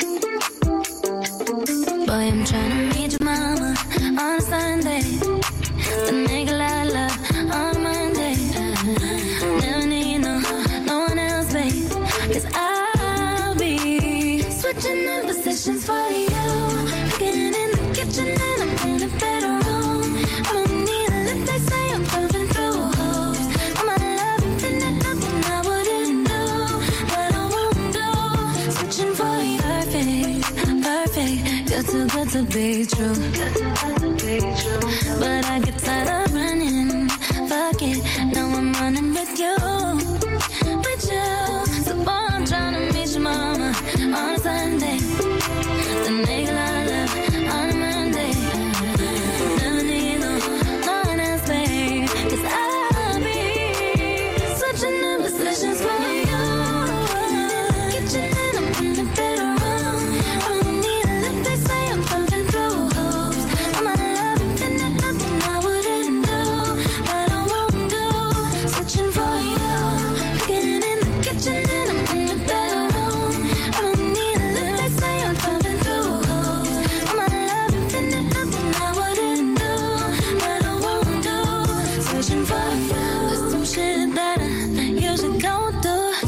Boy, I'm trying to meet your mama on Sunday. The nigga I love on Monday. Never need no one else, babe. 'Cause I'll be switching up positions for you. Getting in the kitchen and I'm in the bedroom. I don't need a lift, they say I'm pumping through holes. All my love infinite, nothing I wouldn't do, but I won't do. Switching for you, perfect. You're too good to be true. But I get tired of running. Fuck it, now I'm running with you. So boy, I'm trying to meet your mama on a Sunday. The nigga I love on a Monday. Never need no one else, babe. 'Cause I'll be switching up positions for you. Kitchen and I'm in the bedroom. I don't need a lift, they say I'm pumping through holes. All my love infinite, nothing I wouldn't do, but I won't do. Switching for you. Getting in the kitchen and I'm in the bedroom. I don't need a lift, they say I'm pumping through holes. All my love infinite, nothing I wouldn't do, but I won't do. Switching for you. There's some shit that I usually don't do.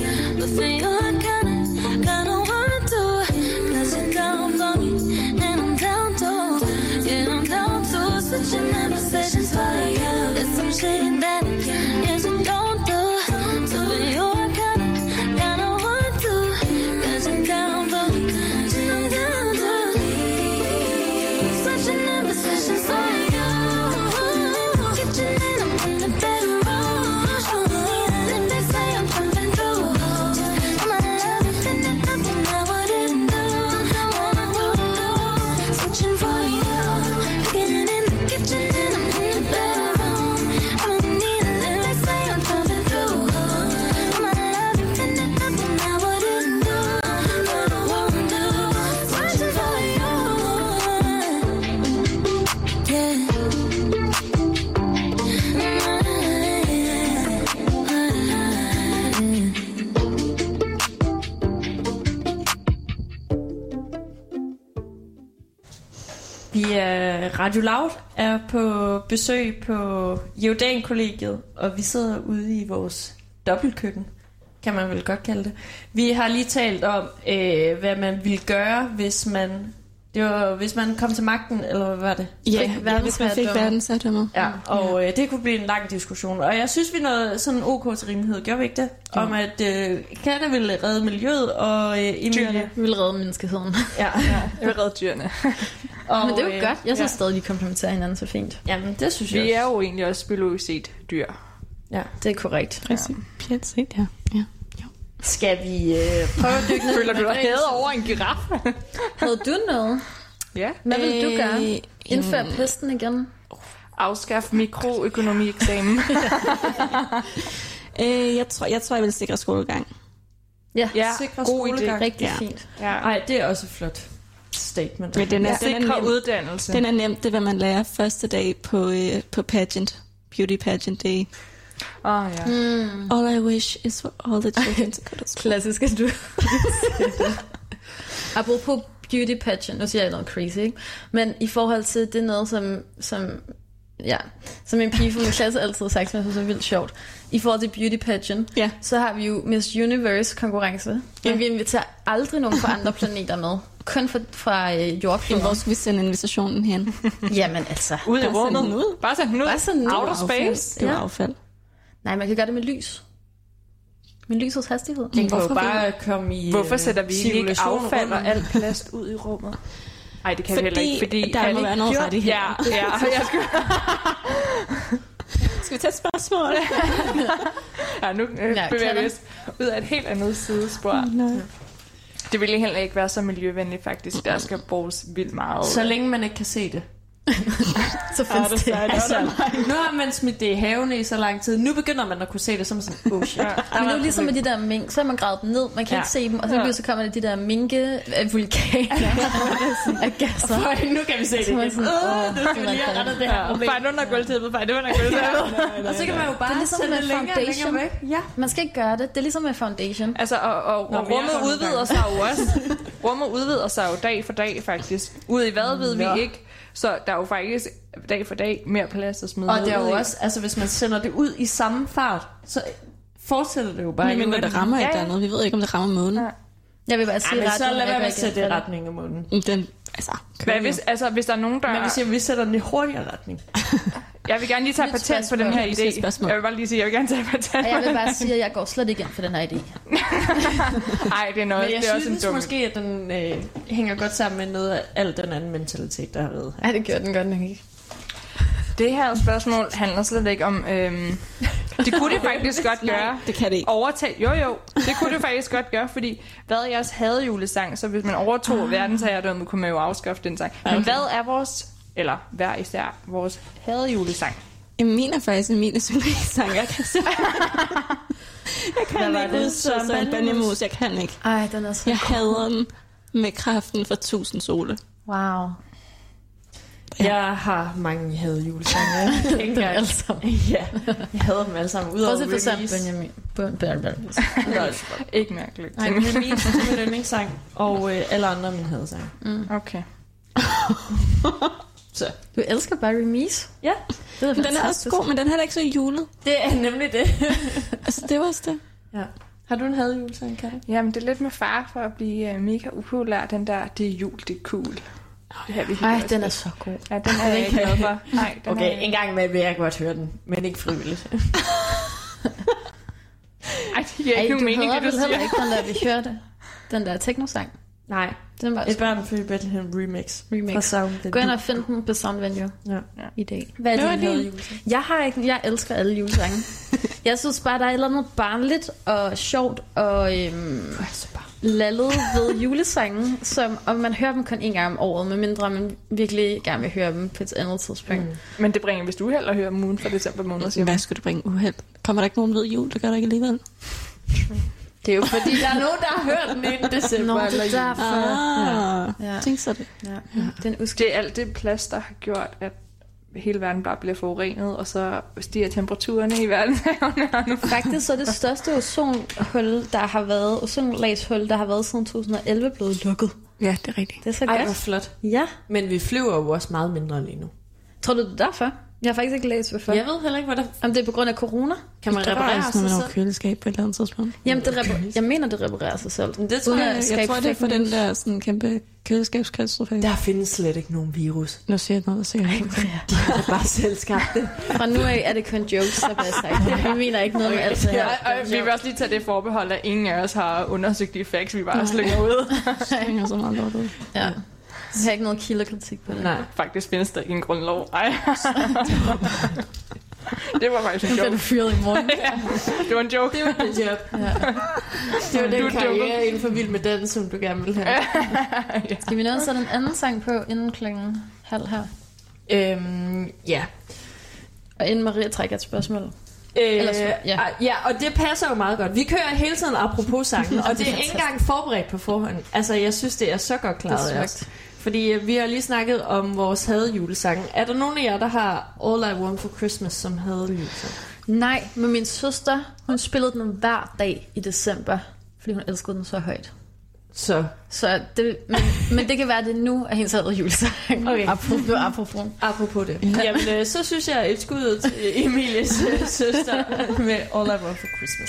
Radio Loud er på besøg på Yeodan-kollegiet, og vi sidder ude i vores dobbeltkøkken, kan man vel godt kalde det. Vi har lige talt om, hvad man ville gøre, hvis man kom til magten, eller hvad var det? Ja, hvis man fik verdensherredømmet. Ja, og det kunne blive en lang diskussion. Og jeg synes, vi nåede sådan OK til rimelighed, gør vi ikke det? Om at katte ville redde miljøet, og Emilie ville redde menneskeheden. Ja, jeg vil redde dyrene. Og, men det er jo godt. Jeg synes stadig, de komplementerer hinanden så fint. Jamen, det synes jeg Vi er jo egentlig også biologisk set dyr. Ja, det er korrekt. Principielt set, ja. Skal vi prøve at dykke ned? Føler du dig hævet over en giraf? Havde du noget? Ja. Hvad vil du gøre? Indføre pesten igen? Afskaffe mikroøkonomi-eksamen. Jeg tror, jeg vil sikre skolegang. Ja, sikre god skolegang. Idé. Rigtig fint. Ej, det er også et flot statement. Men den er sikre uddannelse. Den er nemt, det er, hvad man lærer første dag på pageant. Beauty pageant day. Ja. All I wish is for all the children to go to school. Klassisk, at du apropos beauty pageant, nu siger jeg noget crazy, ikke? Men i forhold til, det er noget, som en pige fra min klasse altid har sagt, som jeg synes er vildt sjovt. I forhold til beauty pageant, så har vi jo Miss Universe konkurrence. Men vi inviterer aldrig nogen fra andre planeter med. Kun fra jordkloden. Hvor skal vi sende invitationen hen? Jamen altså. Ud i rummet. Bare send den ud. Bare send den ud. Outer space. Det var affald. Nej, man kan gøre det med lys. Med lysets hastighed. Den kan jo bare komme i Hvorfor sætter vi ikke affald og alt plast ud i rummet? Nej, det kan vi heller ikke, fordi der må være noget rettighed. Ja. Jeg skal vi tage et spørgsmål? Nu bevæger vi os ud af et helt andet sidespor. Det ville heller ikke være så miljøvenligt, faktisk. Der skal bruges vildt meget. Så længe man ikke kan se det. Så findes det. Altså, nu har man smidt det i havene i så lang tid. Nu begynder man at kunne se det som sådan, oh shit. Men nu ligesom med de der mink, så har man gravet dem ned. Man kan ikke se dem, og så kommer der de der minke-vulkaner af gasser. Nu kan vi se det. Nu skal vi lige have rettet det her problem. Fejl under gulvtæppet, Og så kan man jo bare sætte det længere væk. Ja. Man skal ikke gøre det. Det er ligesom med foundation. Altså, og rummet udvider sig jo også. Rummet udvider sig jo dag for dag, faktisk. Ud i hvad ved vi ikke. Så der er jo faktisk dag for dag mere plads at smide. Og det er jo også, altså hvis man sender det ud i samme fart, så fortsætter det jo bare. Men det rammer ikke andet. Vi ved ikke, om det rammer månen. Ja. Jeg vil bare sige retning. Så lad være med at sætte det i retning af månen. Den, hvis der er nogen, der... Men vi sætter den i hurtigere retning. Jeg vil gerne lige tage patent på den her idé. Jeg vil bare lige sige, jeg vil gerne tage patent. Jeg vil bare sige, at jeg går slet ikke ind for den her idé. Nej, det er noget. Men jeg det er synes også en måske, at den hænger godt sammen med noget af al den anden mentalitet, der har været her. Nej, det gør den godt nok ikke. Det her spørgsmål handler slet ikke om... det kunne det faktisk godt gøre. Det kan det ikke. Jo, det kunne det faktisk godt gøre, fordi hvad er jeres hadejulesang? Så hvis man overtog verdensherredømmet, kunne man jo afskaffe den sang. Men hvad er vores... Eller hver især vores hadejulesang? Min er faktisk Emilies yndlingssang. Jeg kan ikke udsætte en bandemus. Jeg kan ikke. Ej, den er så jeg hader den med kraften for 1000 sole. Wow. Jeg har mange hadejulesange. Jeg dem alle sammen. Ja, jeg hader dem alle sammen. Udover også for eksempel Benjamin. Ikke mærkeligt. Nej, men min er min yndlingssang, og alle andre min hadesange. Okay. Så. Du elsker Barry Meese? Ja. Det er den er også god, men den er heller ikke så julet. Det er nemlig det. Altså, det var også det. Ja. Har du en hadejulesang, Katte? Jamen, det er lidt med far for at blive mega upopulær. Den der, det er jul, det er cool. Ej, den er så god. Ja, den er jeg ikke glad for. Nej, okay, en gang med vil jeg godt høre den, men ikke frivilligt. Ej, det giver ikke nogen mening, det du siger. Heller ikke den der, vi hørte. Den der techno-sang. Nej, den var et barn for Bethlehem remix. Fra Sound. Gå ind og find den på Sound Venue i dag. Hvad er din hadejulesang? Jeg elsker alle julesange. Jeg synes bare, der er et eller andet barnligt og sjovt og lallet ved julesangen, som om man hører dem kun en gang om året, medmindre man virkelig gerne vil høre dem på et andet tidspunkt. Men det bringer, hvis du held at høre dem uden for december måned. Hvad skulle det bringe uheld? Kommer der ikke nogen ved jul? Det gør der ikke alligevel. Det er jo fordi, der er nogen, der har hørt den inden december. Nå, det er derfor. Ja. Tænk så det. Ja. Det er alt det plads, der har gjort, at hele verden bare bliver forurenet, og så stiger temperaturerne i verdenshavene. Faktisk så er det største ozonhul, der har været, ozonlagshul, der har været siden 2011 blevet lukket. Ja, det er rigtigt. Det er så Ej, godt. hvor flot. Ja. Men vi flyver jo også meget mindre lige nu. Tror du, det er derfor? Jeg har faktisk ikke læst, hvorfor. Jeg ved heller ikke, hvordan... Om det er på grund af corona? Kan man reparere Når sig man har selv? køleskab på et eller andet tidspunkt. Jamen, jeg mener, det reparerer sig selv. Men det tror Uden jeg, at Jeg skabe tror, det er for fake den news. der sådan kæmpe køleskabskatastrofe. der findes slet ikke nogen virus. Nu siger jeg noget, der sikkert ikke. De har bare selv skabt det. Fra nu af er det kun jokes, der bliver sagt. Vi mener ikke noget med alt det her. Og vi vil også lige tage det forbehold, at ingen af os har undersøgt de facts, vi bare slynger ud. Det hænger så meget lort ud. Ja. Jeg har ikke noget kilderkritik på det. Nej. Faktisk findes der ikke en grundlov. Ej. Det var faktisk en Nu bliver du joke. fyret i morgen. Det var en joke. Det var det job. Det var den karriere inden for Vild med Dans, som du gerne vil have. Skal vi nå at sætte en anden sang på inden 12:30 her? Ja. Og inden Maria trækker et spørgsmål. Ellers, ja. Ja, og det passer jo meget godt. Vi kører hele tiden apropos sangen, og det er ikke engang forberedt på forhånd. Altså, jeg synes, det er så godt klaret af os. Fordi vi har lige snakket om vores hadjulesange. Er der nogen af jer, der har All I Want for Christmas som hadjulesang? Nej, men min søster, hun spillede den hver dag i december, fordi hun elskede den så højt. Så det, men det kan være, det nu er hendes hadjulesang. Okay. Apropos det. Jamen, så synes jeg et skud til Emilies søster med All I Want for Christmas.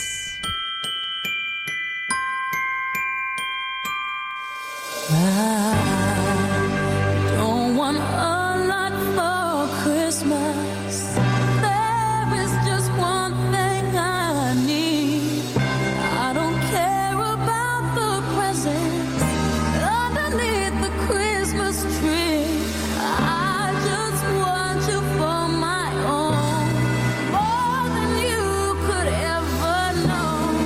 Don't want a lot for Christmas. There is just one thing I need. I don't care about the presents underneath the Christmas tree. I just want you for my own, more than you could ever know.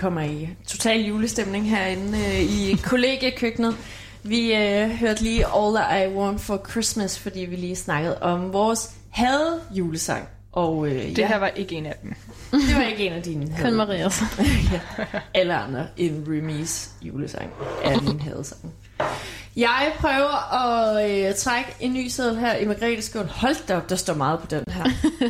kommer i total julestemning herinde i kollegiekøkkenet. Vi hørte lige All I Want for Christmas, fordi vi lige snakkede om vores had-julesang. Og, det her var ikke en af dem. Det var ikke en af dine. Kun Marias. Ja. Alle andre en Remis julesang er din hadesang. Jeg prøver at trække en ny seddel her i Margrethes skål. Hold da op, der står meget på den her.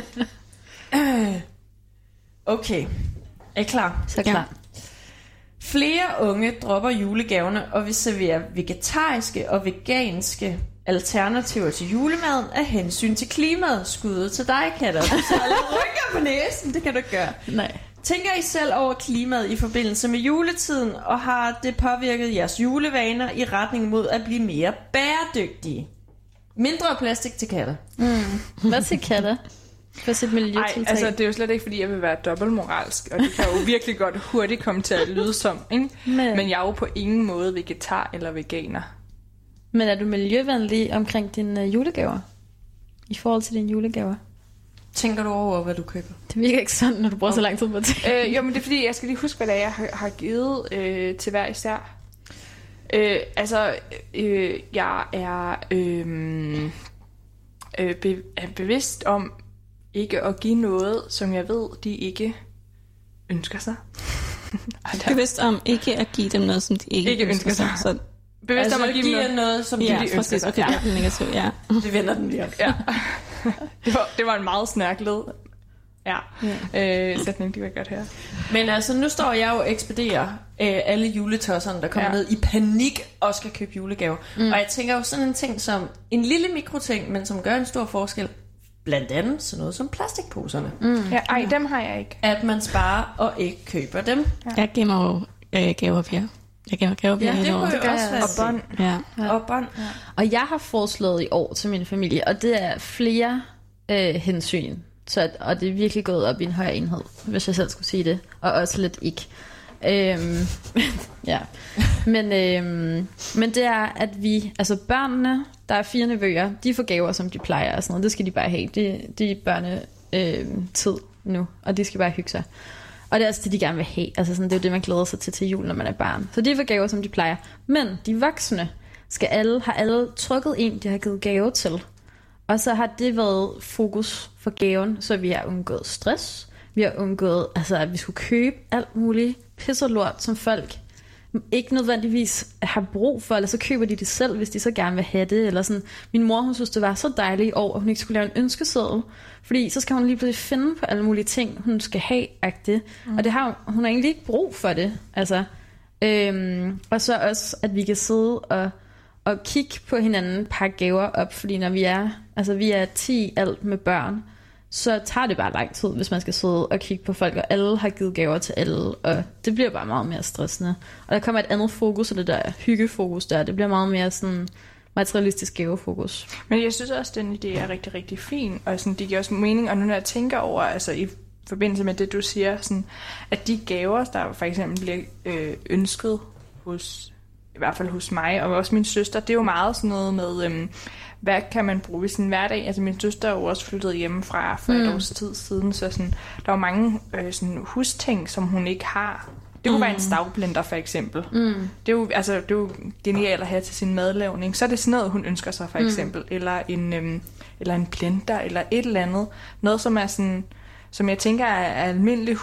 Okay. Er I klar? Så klar. Flere unge dropper julegaverne og vil servere vegetariske og veganske alternativer til julemaden af hensyn til klimaet. Skuddet til dig, Katter. Du så rykker på næsen, det kan du gøre. Nej. Tænker I selv over klimaet i forbindelse med juletiden, og har det påvirket jeres julevaner i retning mod at blive mere bæredygtige? Mindre plastik til katter. Hvad til katter? For sit miljøtiltag? Nej, altså det er jo slet ikke, fordi jeg vil være dobbeltmoralsk, og det kan jo virkelig godt hurtigt komme til at lyde som, ikke? Men jeg er jo på ingen måde vegetar eller veganer. Men er du miljøvenlig omkring dine julegaver? I forhold til dine julegaver? Tænker du over, hvad du køber? Det virker ikke sådan, når du bruger så lang tid på det. Jo, men det er fordi, jeg skal lige huske, hvad det er, jeg har givet til hver især. Jeg er bevidst om ikke at give noget, som jeg ved, de ikke ønsker sig. Bevidst om ikke at give dem noget, som de ikke ønsker sig. Så bevidst altså, om at give dem noget, som de ønsker sig. Okay, det er negativt, ja. Det vender den lige op. Ja. Det var en meget snærklet sætning, det var godt her. Men altså, nu står jeg jo og ekspederer alle juletosserne, der kommer ned i panik og skal købe julegaver. Og jeg tænker jo sådan en ting som en lille mikroting, men som gør en stor forskel. Blandt andet sådan noget som plastikposerne. Dem har jeg ikke. At man sparer og ikke køber dem. Ja. Jeg gemmer jo gavepapir. Jeg gemmer gavepapir det kunne jo også være. Og bånd. Ja. Og bånd. Ja. Og jeg har foreslået i år til min familie, og det er flere hensyn. Og det er virkelig gået op i en højere enhed, hvis jeg selv skulle sige det. Og også lidt ikke. Ja. Men det er, at vi, altså børnene, der er 4 nevøer, de får gaver, som de plejer og sådan noget. Det skal de bare have. Det er børnetid nu, og de skal bare hygge sig. Og det er også det, de gerne vil have. Altså sådan, det er jo det, man glæder sig til jul, når man er barn. Så de får gaver, som de plejer. Men de voksne har alle trykket en, de har givet gave til. Og så har det været fokus for gaven, så vi har undgået stress. Vi har undgået, altså, at vi skulle købe alt muligt pisselort, som folk ikke nødvendigvis har brug for, eller så køber de det selv, hvis de så gerne vil have det. Eller sådan. Min mor, hun synes, det var så dejligt i år, at hun ikke skulle lave en ønskeseddel. Fordi så skal hun lige pludselig finde på alle mulige ting, hun skal have-agtigt. Og det har hun har egentlig ikke brug for det. Altså. Og så også, at vi kan sidde og kigge på hinanden, pakke gaver op, fordi når vi er 10 alt med børn, så tager det bare lang tid, hvis man skal sidde og kigge på folk, og alle har givet gaver til alle, og det bliver bare meget mere stressende. Og der kommer et andet fokus, og det der hyggefokus der, det bliver meget mere sådan materialistisk gavefokus. Men jeg synes også, at den idé er rigtig, rigtig fin, og sådan, det giver også mening, og nu når jeg tænker over, altså i forbindelse med det, du siger, sådan, at de gaver, der for eksempel bliver ønsket i hvert fald hos mig, og også min søster, det er jo meget sådan noget med, hvad kan man bruge i sin hverdag? Altså min søster er jo også flyttet hjemmefra for et års tid siden, så sådan, der er mange sådan husting, som hun ikke har. Det kunne være en stavblender for eksempel. Det er jo genialt at have til sin madlavning. Så er det sådan noget, hun ønsker sig for eksempel. Eller en blender, eller et eller andet. Noget, som er sådan, som jeg tænker er almindelig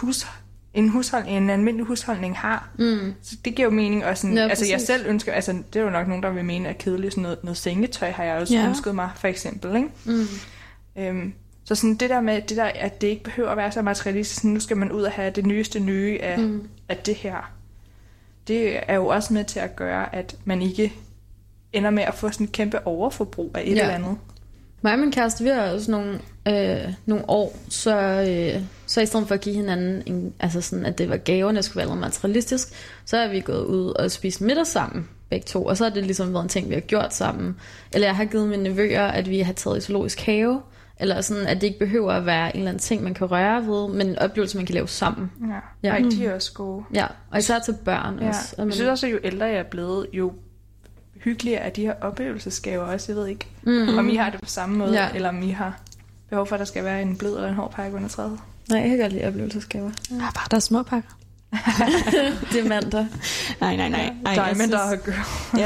en almindelig husholdning har. Så det giver jo mening. Og sådan, altså jeg selv ønsker, altså det er jo nok nogen, der vil mene er kedeligt, sådan noget sengetøj har jeg også ønsket mig, for eksempel. Ikke? Så sådan det der med, at det ikke behøver at være så materialistisk, nu skal man ud og have det nyeste nye af det her. Det er jo også med til at gøre, at man ikke ender med at få sådan et kæmpe overforbrug af et eller andet. Mig og min kæreste, vi har også nogle år, så i stedet for at give hinanden, altså sådan, at det var gaverne, der skulle være noget materialistisk, så har vi gået ud og spist middag sammen, begge to, og så har det ligesom været en ting, vi har gjort sammen. Eller jeg har givet mine nevøer, at vi har taget i zoologisk have, eller sådan, at det ikke behøver at være en eller anden ting, man kan røre ved, men en oplevelse, man kan lave sammen. Ja. De er også gode. Ja, og især til børn også. Jeg synes også, at jo ældre jeg er blevet, jo hyggeligere er de her oplevelsesgaver også. Jeg ved ikke, om I har det på samme måde, eller om I har behov for, at der skal være en blød eller en hård pakke under træet. Nej, jeg kan godt lide oplevelsesgaver. Ja, bare der er små pakker. Det er mandag. Nej. Diamond og girl.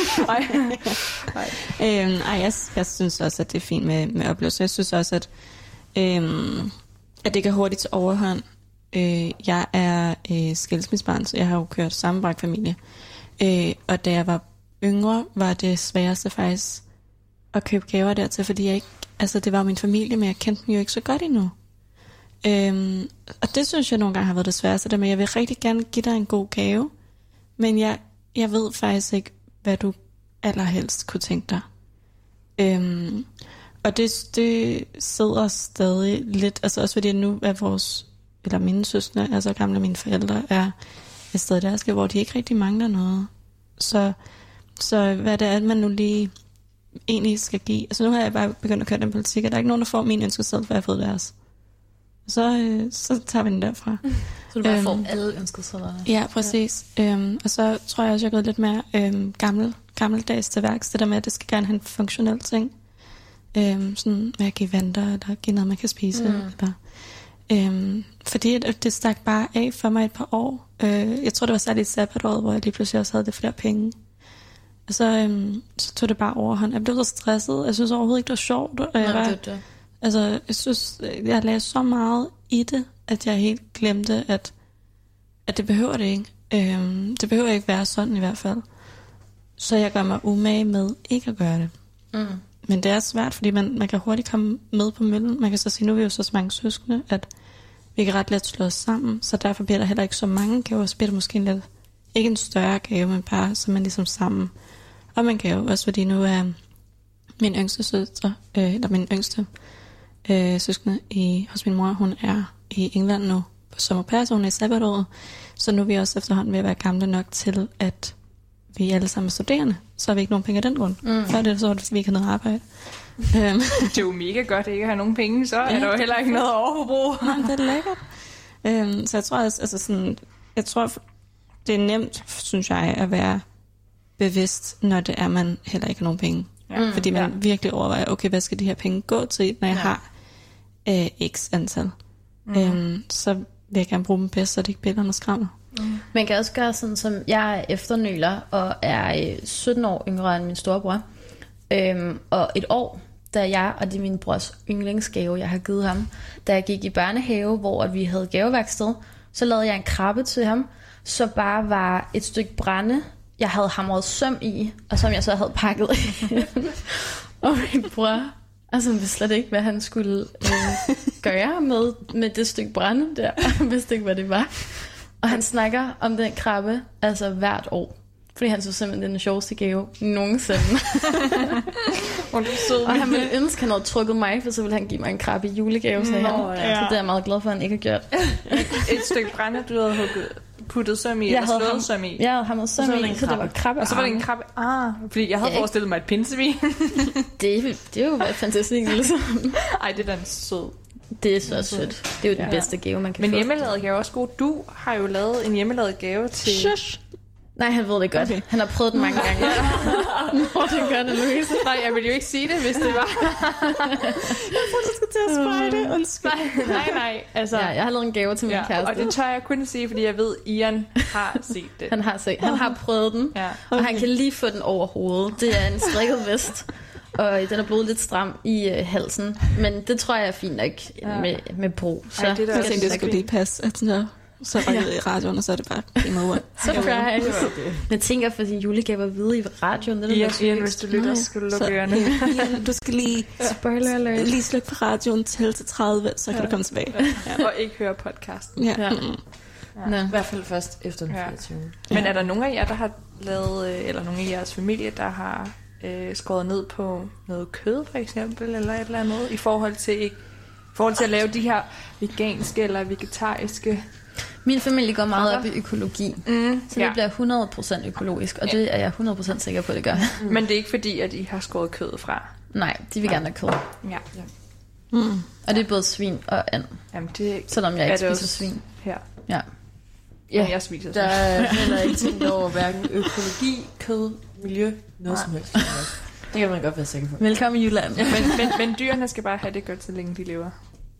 Jeg synes også, at det er fint med oplevelser. Jeg synes også, at det kan hurtigt til overhånd. Jeg er skilsmissebarn, så jeg har jo kørt sammenbragt familie. Og da jeg var yngre, var det sværeste faktisk at købe gaver dertil, fordi jeg ikke, altså det var min familie, men jeg kendte dem jo ikke så godt endnu. Og det synes jeg nogle gange har været det sværeste, men jeg vil rigtig gerne give dig en god gave, men jeg ved faktisk ikke, hvad du allerhelst kunne tænke dig. Og det sidder stadig lidt, altså også fordi nu er mine søskende, altså gamle mine forældre, er et sted der, hvor de ikke rigtig mangler noget. Så hvad det er, man nu lige egentlig skal give. Altså nu har jeg bare begyndt at køre den politik, og der er ikke nogen, der får min ønskeseddel, for jeg har fået deres. Så tager vi den derfra. Så du bare får alle ønskesedlerne? Ja, præcis. Og så tror jeg også, jeg er gået lidt mere gammeldags til værks. Det der med, at det skal gerne have en funktionel ting. Sådan med at give vanter, eller give noget, man kan spise. Eller, fordi det stak bare af for mig et par år. Jeg tror, det var særligt sabbatåret, hvor jeg lige pludselig også havde lidt flere penge. Og så tog det bare overhånd. Jeg blev så stresset. Jeg synes overhovedet ikke, det var sjovt. Altså, jeg synes, jeg lagde så meget i det, at jeg helt glemte, at det behøver det ikke. Det behøver ikke være sådan i hvert fald. Så jeg gør mig umage med ikke at gøre det. Men det er svært, fordi man kan hurtigt komme med på møllen. Man kan så sige, nu er vi jo så mange søskende, at vi kan ret let slå os sammen. Så derfor bliver der heller ikke så mange gaver. Så bliver det måske lidt, ikke en større gave, men bare så man ligesom sammen. Og man kan jo også, fordi nu er min yngste søster, eller min yngste søskende hos min mor, hun er i England nu på sommerpære, så hun er i sabbatåret. Så nu er vi også efterhånden ved at være gamle nok til, at vi alle sammen er studerende. Så har vi ikke nogen penge af den grund. Før det, så var det, hvis vi ikke har noget arbejde. Det er jo mega godt ikke at have nogen penge, så er der jo heller ikke noget overforbrug. Det er lækkert. Så jeg tror også, altså sådan, det er nemt, synes jeg, at være bevidst, når det er, man heller ikke har nogen penge. Fordi man virkelig overvejer, okay, hvad skal de her penge gå til, når jeg har x antal. Så vil jeg gerne bruge dem bedst, så det ikke billederne skræmmer. Man kan også gøre sådan, som jeg er efternøler og er 17 år yngre end min storebror. Og et år, da jeg, og det er min brors yndlingsgave, jeg har givet ham, da jeg gik i børnehave, hvor vi havde gaveværksted, så lavede jeg en krabbe til ham, så bare var et stykke brænde, jeg havde hamret søm i, og som jeg så havde pakket i. Og min bror, altså han vidste slet ikke, hvad han skulle gøre med det stykke brænde der. Han vidste ikke, hvad det var. Og han snakker om den krabbe, altså hvert år. Fordi han så simpelthen den sjoveste gave nogensinde. Og han ville ønske, at han havde trukket mig, for så ville han give mig en krabbe i julegave til ham. Så det er jeg meget glad for, at han ikke har gjort. Et stykke brænde, du havde puttet søm i, eller slået søm i? Jeg havde hamret søm i, så det var krabbe. Og så var det en krabbe. Fordi jeg havde forestillet mig et pinsevin. Det er jo fantastisk, ligesom. Ej, det er da en sød. Det er så sødt. Det er jo den bedste gave, man kan få. Men hjemmelavet gave er også god. Du har jo lavet en hjemmelavet gave til... Shush. Nej, han ved det godt. Okay. Han har prøvet den mange gange. Nå, det gør det, Louise. Nej, jeg ville jo ikke sige det, hvis det var. Jeg tror, du skal til at spejle. Undskyld. Nej. Altså, jeg har lavet en gave til min kæreste. Og det tør jeg kun sige, fordi jeg ved, Ian har set det. Han har prøvet den, og han kan lige få den over hovedet. Det er en strikket vest. Og den er blevet lidt stram i halsen. Men det tror jeg er fint nok med brug. Så jeg tænkte, det skulle lige passe. Så røg i radioen, og så er det bare game over. Surprise. Jeg tænker, fordi julegaver hvide i radioen. Ian, hvis du lytter, skal du lukke ørerne. Du skal lige spoiler alert. Lige slukke på radioen til 30, så kan du komme tilbage. Og ikke høre podcasten. I hvert fald først efter den 24. Men er der nogen af jer, der har lavet, eller nogen af jeres familie, der har skåret ned på noget kød, for eksempel, eller et eller andet, i forhold til at lave de her veganske eller vegetariske? Min familie går meget op i økologi, så det bliver 100% økologisk, og det er jeg 100% sikker på, det gør. Men det er ikke fordi, at I har skåret kød fra? Nej, de vil gerne have kød. Ja. Og det er både svin og and. Jamen, det selvom jeg ikke spiser svin. Her. Ja. Ja, jeg spiser der er heller ikke tænkt over hverken økologi, kød, miljø, noget som helst. Det kan man godt være sikker på. Velkommen i Jylland. Men dyrene skal bare have det godt, så længe de lever.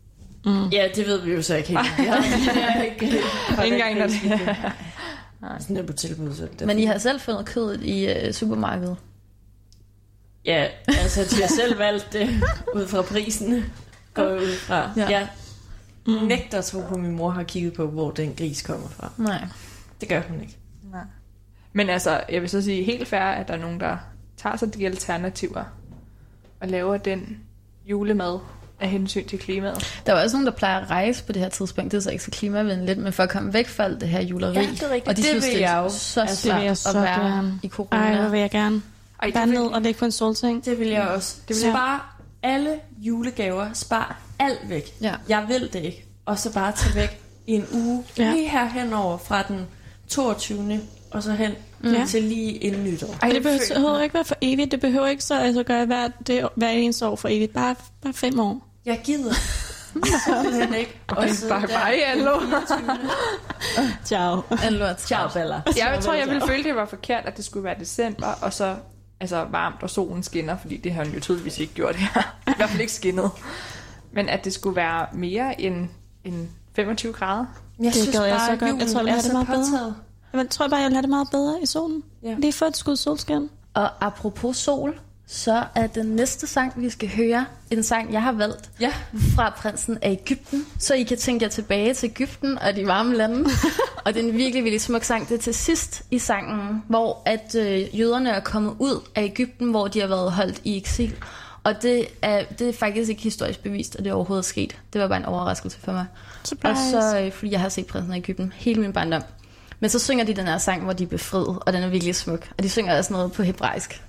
Ja, det ved vi jo så ikke helt. Ikke engang, når det sådan er på tilbud. Så Men I har selv fundet kødet i supermarkedet? Ja, altså de har selv valgt det ud fra prisen. Går ud fra. Ja. Nægter at tro på, at min mor har kigget på, hvor den gris kommer fra. Nej. Det gør hun ikke. Nej. Men altså, jeg vil så sige helt fair, at der er nogen, der tager sig de alternativer og laver den julemad af hensyn til klimaet. Der er også nogen, der plejer at rejse på det her tidspunkt. Det er så ikke så klimavenligt, men for at komme væk fra alt det her juleri. Ja, det er rigtigt. Og de det synes, det er jo. så svært at være i corona. Ej, hvor vil jeg gerne. Bare ned og lægge på en solseng. Det vil jeg også. Det vil spare alle julegaver. Spar alt væk. Ja. Jeg vil det ikke. Og så bare tage væk i en uge. Lige her henover fra den 22. og så hen til lige inden nytår. Ej, det behøver ikke være for evigt. Det behøver ikke så altså gøre hver eneste år for evigt. Bare 5 år. Jeg gider. Simpelthen ikke. Og så bye, Anlo. Ciao. Ciao, Bella. Jeg tror, jeg ville føle, det var forkert, at det skulle være december, og så varmt, og solen skinner, fordi det har jo tydeligvis ikke gjort her. I hvert fald ikke skinnet. Men at det skulle være mere end 25 grader. Jeg synes gad jeg bare, så godt. Jeg tror, jeg vil have det meget bedre. Jeg tror bare, jeg vil have det meget bedre i solen. Ja. Lige før et skud solskin. Og apropos sol, så er den næste sang, vi skal høre, en sang, jeg har valgt fra Prinsen af Egypten. Så I kan tænke jer tilbage til Egypten og de varme lande. Og det er en virkelig, virkelig smuk sang. Det er til sidst i sangen, hvor at jøderne er kommet ud af Egypten, hvor de har været holdt i eksil. Og det er faktisk ikke historisk bevist, at det overhovedet er sket. Det var bare en overraskelse for mig. Surprise. Og så, fordi jeg har set Prinsen af Egypten hele min barndom. Men så synger de den her sang, hvor de er befriet, og den er virkelig smuk. Og de synger også noget på hebraisk.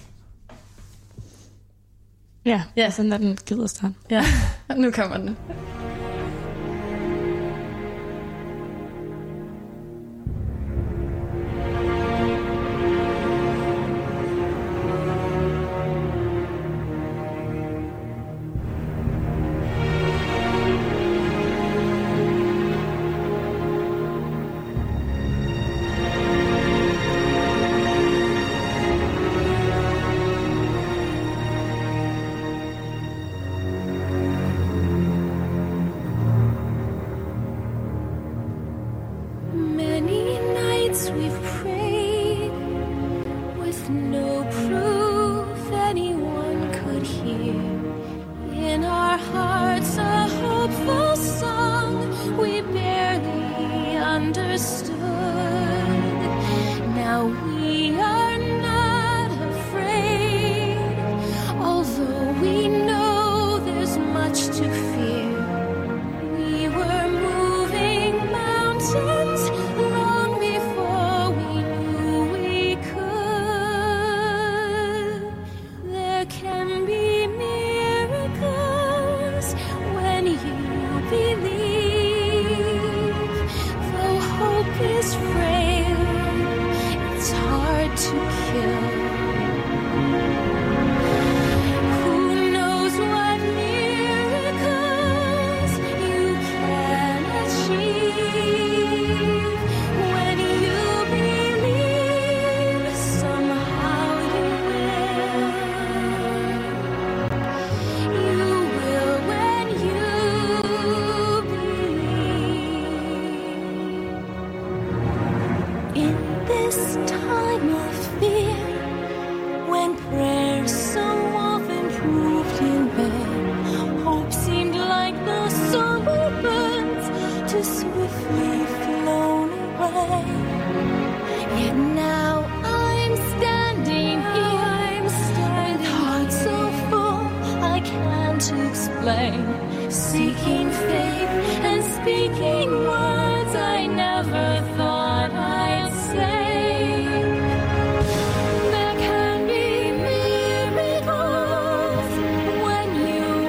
Ja, sådan er den gider starte. Ja, nu kommer den. Seeking faith and speaking words I never thought I'd say. There can be miracles when you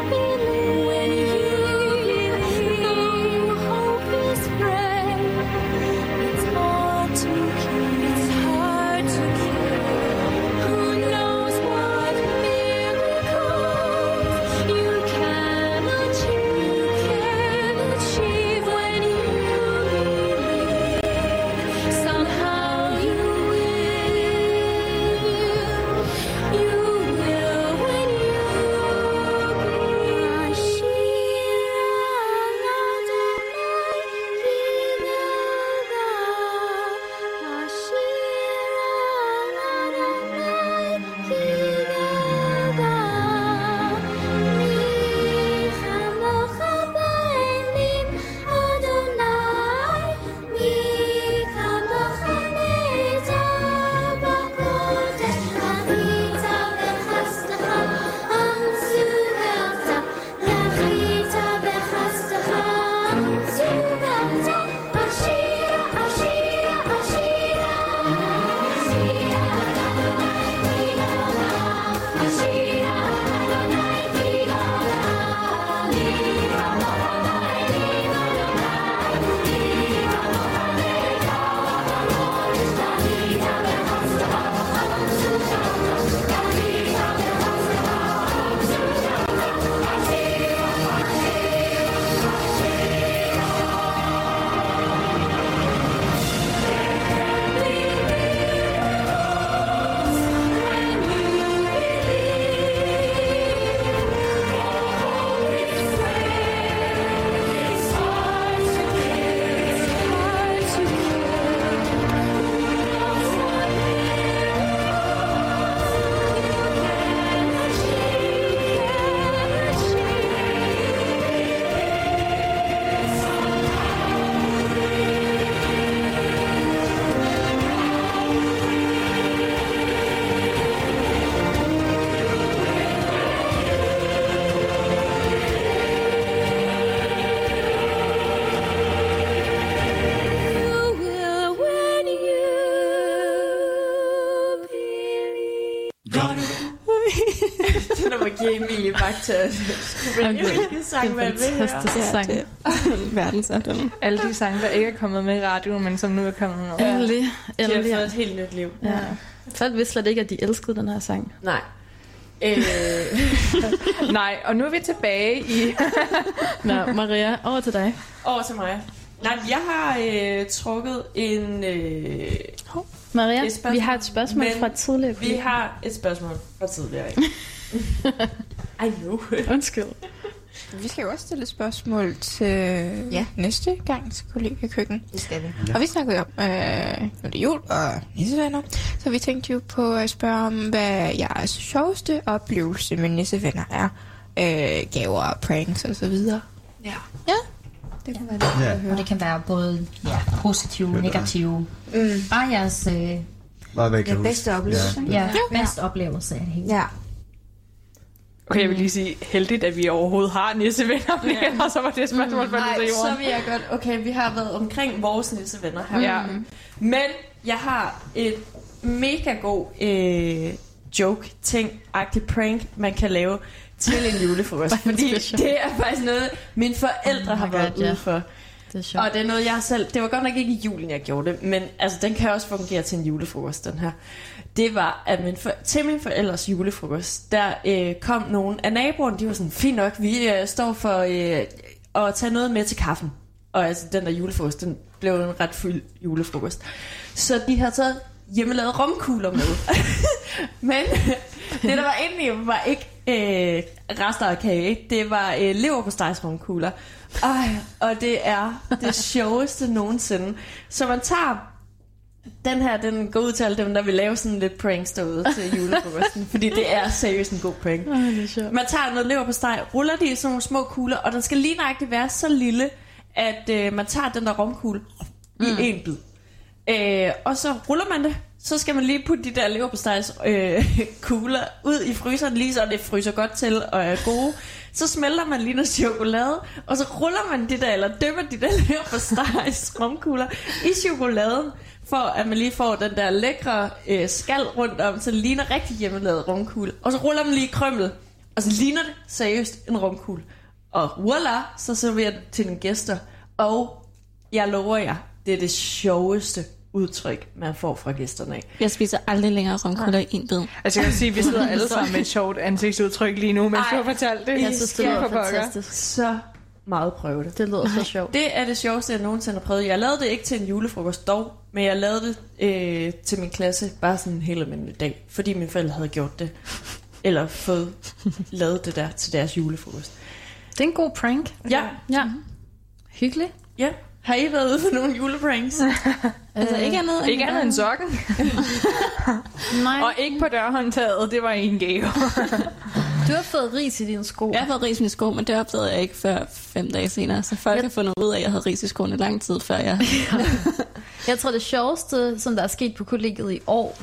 believe. Though hope is brave, it's hard to keep. It's hard to keep. Who knows what miracles you can achieve when you believe. ret til at vælge, hvilke sang man vil høre. Sang. Det er verdensomdømme. Alle de sange, der ikke er kommet med i radioen, men som nu er kommet med. Ja. Endelig. De har fået et helt nyt liv. Ja. Folk vidste slet ikke, at de elskede den her sang. Nej. Nej, og nu er vi tilbage i... Nå, Maria, over til dig. Over til mig. Nej, jeg har trukket en... Maria, vi har et spørgsmål fra tidligere. Vi har et spørgsmål fra tidligere. I know. Undskyld. Vi skal jo også stille et spørgsmål til næste gangs kollegiekøkken. Det skal vi. Ja. Og vi snakkede om, nu er det jul og nissevenner, så vi tænkte jo på at spørge om, hvad jeres sjoveste oplevelse med nissevenner er. Gaver, pranks og så videre. Ja. Det kan være det. Og det kan være både positive og negative. Bare jeres bedste oplevelse. bedste oplevelse er det helt. Ja. Okay, jeg vil lige sige, heldigt, at vi overhovedet har nissevenner, og så var det spørgsmål for Nej, så vil jeg godt. Okay, vi har været omkring vores nissevenner her. Ja. Men jeg har et mega god joke-ting-agtig prank, man kan lave til en julefrokost. Fordi det er faktisk noget, mine forældre har været ude for. Det og det er noget, jeg selv... Det var godt nok ikke i julen, jeg gjorde det, men altså, den kan også fungere til en julefrokost, den her. Det var, at til min forældres julefrokost, der kom nogen af naboerne, de var sådan, fint nok, vi står for at tage noget med til kaffen. Og altså, den der julefrokost, den blev en ret fuld julefrokost. Så de havde taget hjemmelavede romkugler med. Men det, der var inde i, var ikke rester af kage. Det var leverpostejsromkugler. Og det er det sjoveste nogensinde. Så man tager den her, den går ud til alle dem, der vil lave sådan lidt pranks derude til julefrokosten. Fordi det er seriøst en god prank. Man tager noget leverpostej, ruller det i sådan nogle små kugler, og den skal lige nøjagtigt være så lille, at man tager den der romkugle i en bid. Og så ruller man det. Så skal man lige putte de der leverpostejs kugler ud i fryseren, lige så det fryser godt til og er gode. Så smelter man lige noget chokolade, og så ruller man de der, eller dypper de der leverpostejs romkugler i chokoladen, for at man lige får den der lækre skal rundt om, så det ligner rigtig hjemmelavet romkugle. Og så ruller man lige krømmel, og så ligner det seriøst en romkugle. Og voila, så serverer det til dine gæster. Og jeg lover jer, det er det sjoveste udtryk, man får fra gæsterne af. Jeg spiser aldrig længere romkugler i en bid. Altså jeg kan sige, at vi sidder alle sammen med et sjovt ansigtsudtryk lige nu, mens du har fortalt det. Jeg synes, det lyder fantastisk. Så meget prøve det. Det lyder så sjovt. Det er det sjoveste, jeg nogensinde har prøvet. Jeg lavede det ikke til en julefrokost dog, men jeg lavede det til min klasse bare sådan en helt almindelig dag, fordi mine forældre havde gjort det, eller fået lavet det der til deres julefrokost. Det er en god prank. Ja. Hyggelig. Ja. Har I været ude for nogle julepranks? Altså ikke andet end sokken. Nej. Og ikke på dørhåndtaget, det var en gave. Du har fået ris i dine sko. Jeg har fået ris i mine sko, men det opdagede jeg ikke før 5 dage senere. Så folk har fundet ud af, at jeg havde ris i skoene lang tid før jeg... Jeg tror, det sjoveste, som der er sket på kollegiet i år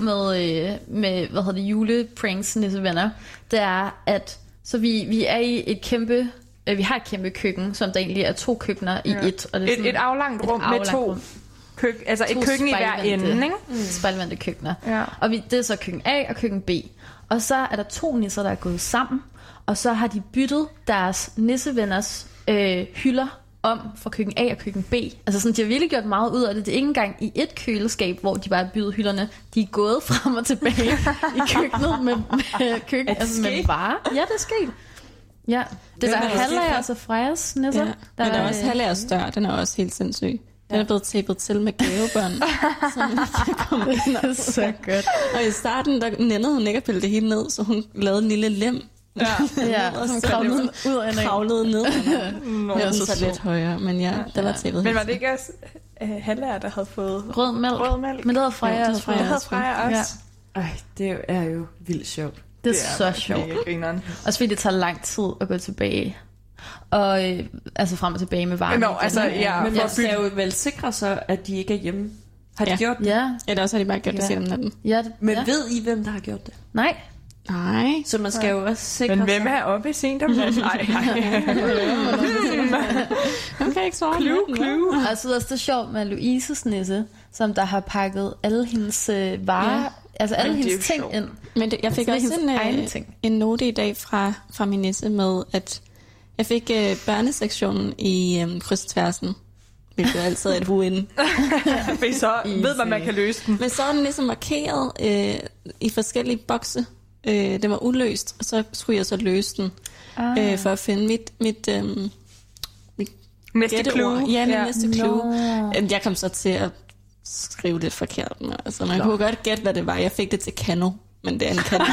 med julepranks, nissevenner, det er, at så vi er i et kæmpe... Vi har et kæmpe køkken, som der egentlig er 2 køkkener i et. Og det er et aflangt rum med 2 altså et køkken i hver ende, ikke? Spejlvendte køkkener. Ja. Og det er så køkken A og køkken B. Og så er der 2 nisser, der er gået sammen, og så har de byttet deres nissevenners hylder om fra køkken A og køkken B. Altså sådan, de har virkelig gjort meget ud af det. Det er ikke engang i et køleskab, hvor de bare har byttet hylderne. De er gået frem og tilbage i køkkenet med med varer. Ja, det er sket. Ja, det var Hallagers og Frejas nisser. Ja. Men der er også Hallagers dør, den er også helt sindssyg. Den er blevet tapet til med gavebånd, så man ikke kan komme ind. Det er så godt. Og i starten, der nændede hun ikke at pille det hele ned, så hun lavede en lille lem. Og hun kravlede ned. Det var så lidt højere, men der var tapet. Men var det ikke også Hallager, der havde fået rød mælk? Men det havde Freja også. Det havde Freja også. Ej, det er jo vildt sjovt. Det er så sjovt. Også fordi det tager lang tid at gå tilbage. Og altså frem og tilbage med varme. Men man skal jo vel sikre sig, at de ikke er hjemme. Har de gjort det? Ja. Eller også har de bare gjort det sent om natten. Ja, men ved I, hvem der har gjort det? Nej. Så man skal jo også sikre sig. Men hvem er oppe sent om natten? Nej. Man kan ikke sove. Clue. Altså det er sjovt med Louises nisse, som der har pakket alle hendes varer altså alle hendes ting ind. Men jeg fik også en note i dag fra min nisse med, at jeg fik børnesektionen i kryds og tværsen, hvilket altid er et win. For så ved man kan løse den. Men så er den ligesom markeret i forskellige bokse. Den var uløst, og så skulle jeg så løse den for at finde mit næste clue. Ja, min næste clue. Jeg kom så til at skrive det forkert. Altså, man kunne godt gætte, hvad det var. Jeg fik det til kano, men det er en kano.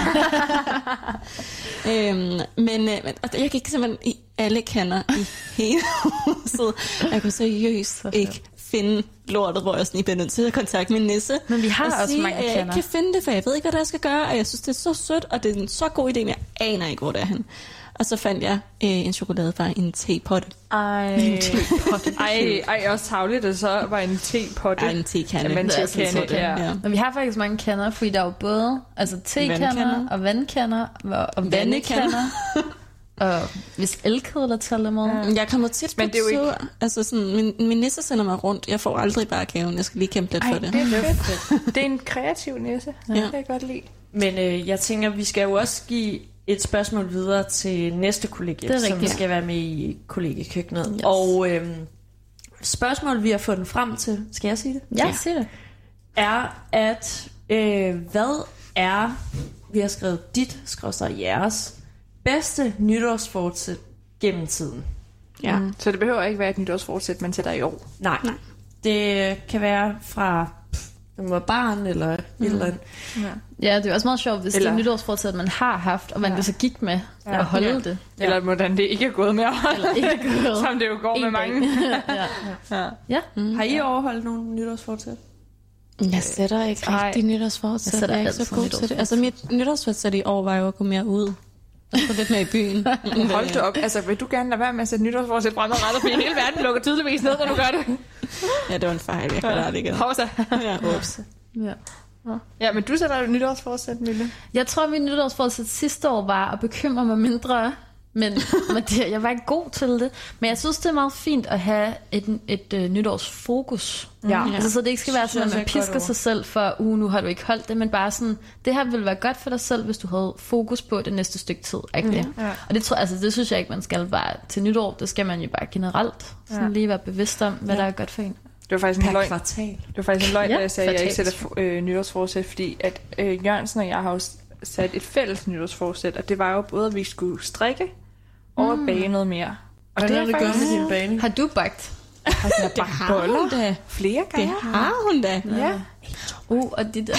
Men jeg gik simpelthen i alle kander i hele huset. Jeg kunne seriøst ikke finde lortet, hvor jeg sådan bliver nødt til at kontakte min nisse. Men vi har også mange kander. Jeg ikke kan finde det, for jeg ved ikke, hvad jeg skal gøre, og jeg synes, det er så sødt, og det er en så god idé, men jeg aner ikke, hvor det er hen. Og så fandt jeg en chokoladebar i en tepotte. Ej, også tavligt, og så var en tepotte. Ej, en tekande. Ja, en tekande, ja. Men vi har faktisk mange kander, fordi der er jo både tekander og vandkander og vandekander. Og hvis elkedler tæller med. Jeg kommer tit på tur. Altså sådan, min nisse sender mig rundt. Jeg får aldrig bare gaven. Jeg skal lige kæmpe lidt for det. Det er fedt. Det er en kreativ nisse. Ja. Det kan jeg godt lide. Men jeg tænker, vi skal jo også give et spørgsmål videre til næste kollegie, som skal være med i kollegiekøkkenet. Yes. Og spørgsmålet, vi har fået den frem til, skal jeg sige det? Ja, sig det. Er, at hvad er, vi har skrevet dit, jeres bedste nytårsfortsæt gennem tiden? Ja. Så det behøver ikke være et nytårsfortsæt, man sætter i år? Nej. Det kan være fra man var barn eller et eller andet. Ja, det er også meget sjovt, hvis det er nytårsfortsæt, man har haft, og man det så gik med at holde det. Ja. Eller hvordan det ikke er gået med at holde det, som det jo går med mange. Har I overholdt nogle nytårsfortsæt? Jeg sætter ikke rigtig nytårsfortsæt. Jeg er ikke så god til det. Altså mit nytårsfortsæt i år var jo at gå mere ud. Og få lidt mere i byen. Hold det op. Altså, vil du gerne lade være med at sætte nytårsforsæt fremadrettet, fordi hele verden lukker tydeligvis ned, når du gør det? Ja, det var en fejl. Jeg gør det igen. Hovsa. Ups. Ja, men du sætter jo nytårsforsæt, Mille. Jeg tror, min nytårsforsæt sidste år var at bekymre mig mindre. Men jeg var ikke god til det. Men jeg synes, det er meget fint at have et nytårsfokus. Altså, så det ikke skal være sådan, at man pisker sig selv for, nu har du ikke holdt det, men bare sådan, det her ville være godt for dig selv, hvis du havde fokus på det næste stykke tid. Ikke? Og det synes jeg ikke, man skal bare til nytår. Det skal man jo bare generelt sådan lige være bevidst om, hvad der er godt for en. Det var faktisk en løgn, da jeg sagde, at jeg ikke sætter nytårsforsæt, fordi at Jørgensen og jeg har jo sat et fælles nytårsforsæt, og det var jo både, at vi skulle strikke og bage noget mere. Og hvad har du gjort med din bane? Har du bagt? Det har hun da. Flere gange. Det har hun da. Ja. Og det der...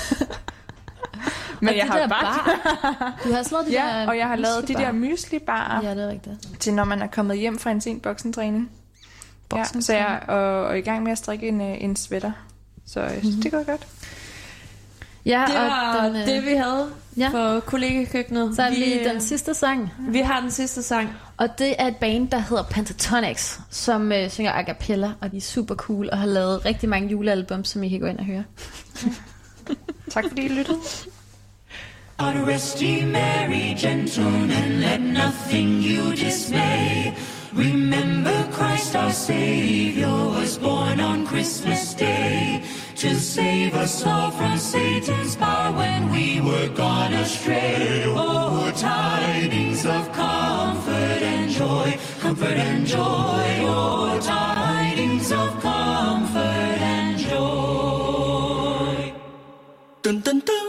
Men jeg har bagt. Du har slået de der og jeg har lavet de der mysli-barer. Ja, det er rigtigt. Til når man er kommet hjem fra en sen boksentræning. Ja, så jeg er i gang med at strikke en sweater. Så jeg synes, det går godt. Ja, det var det, vi havde for kollegekøkkenet. Så er vi den sidste sang. Vi har den sidste sang. Og det er et band, der hedder Pentatonix, som synger a cappella, og de er super cool og har lavet rigtig mange julealbum, som I kan gå ind og høre. Tak fordi I lyttede. Rest ye merry gentlemen, let nothing you dismay. Remember Christ our Savior was born on Christmas Day to save us all from Satan's power when we were gone astray. Oh, tidings of comfort and joy, comfort and joy. Oh, tidings of comfort and joy. Dun dun dun.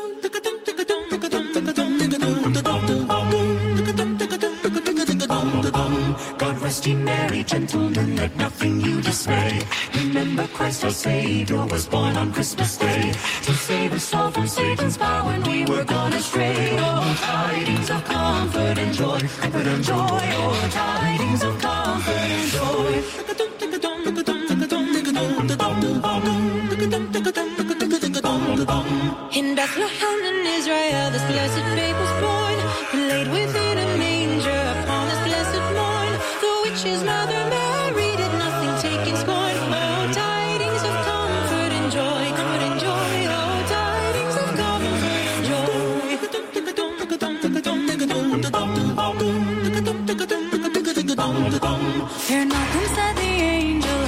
God rest ye merry gentlemen, let nothing you dismay. Remember Christ our Savior was born on Christmas Day to save us all from Satan's power when we were gone astray. Oh, tidings of comfort and joy, comfort and joy. Oh, tidings of comfort and joy. In Bethlehem in Israel, this blessed babe was born, laid within a manger upon this blessed morn. The witch's mother Mary did nothing taking scorn. Oh, tidings of comfort and joy, comfort and joy. Oh, tidings of comfort and joy. Fear not, said the angel.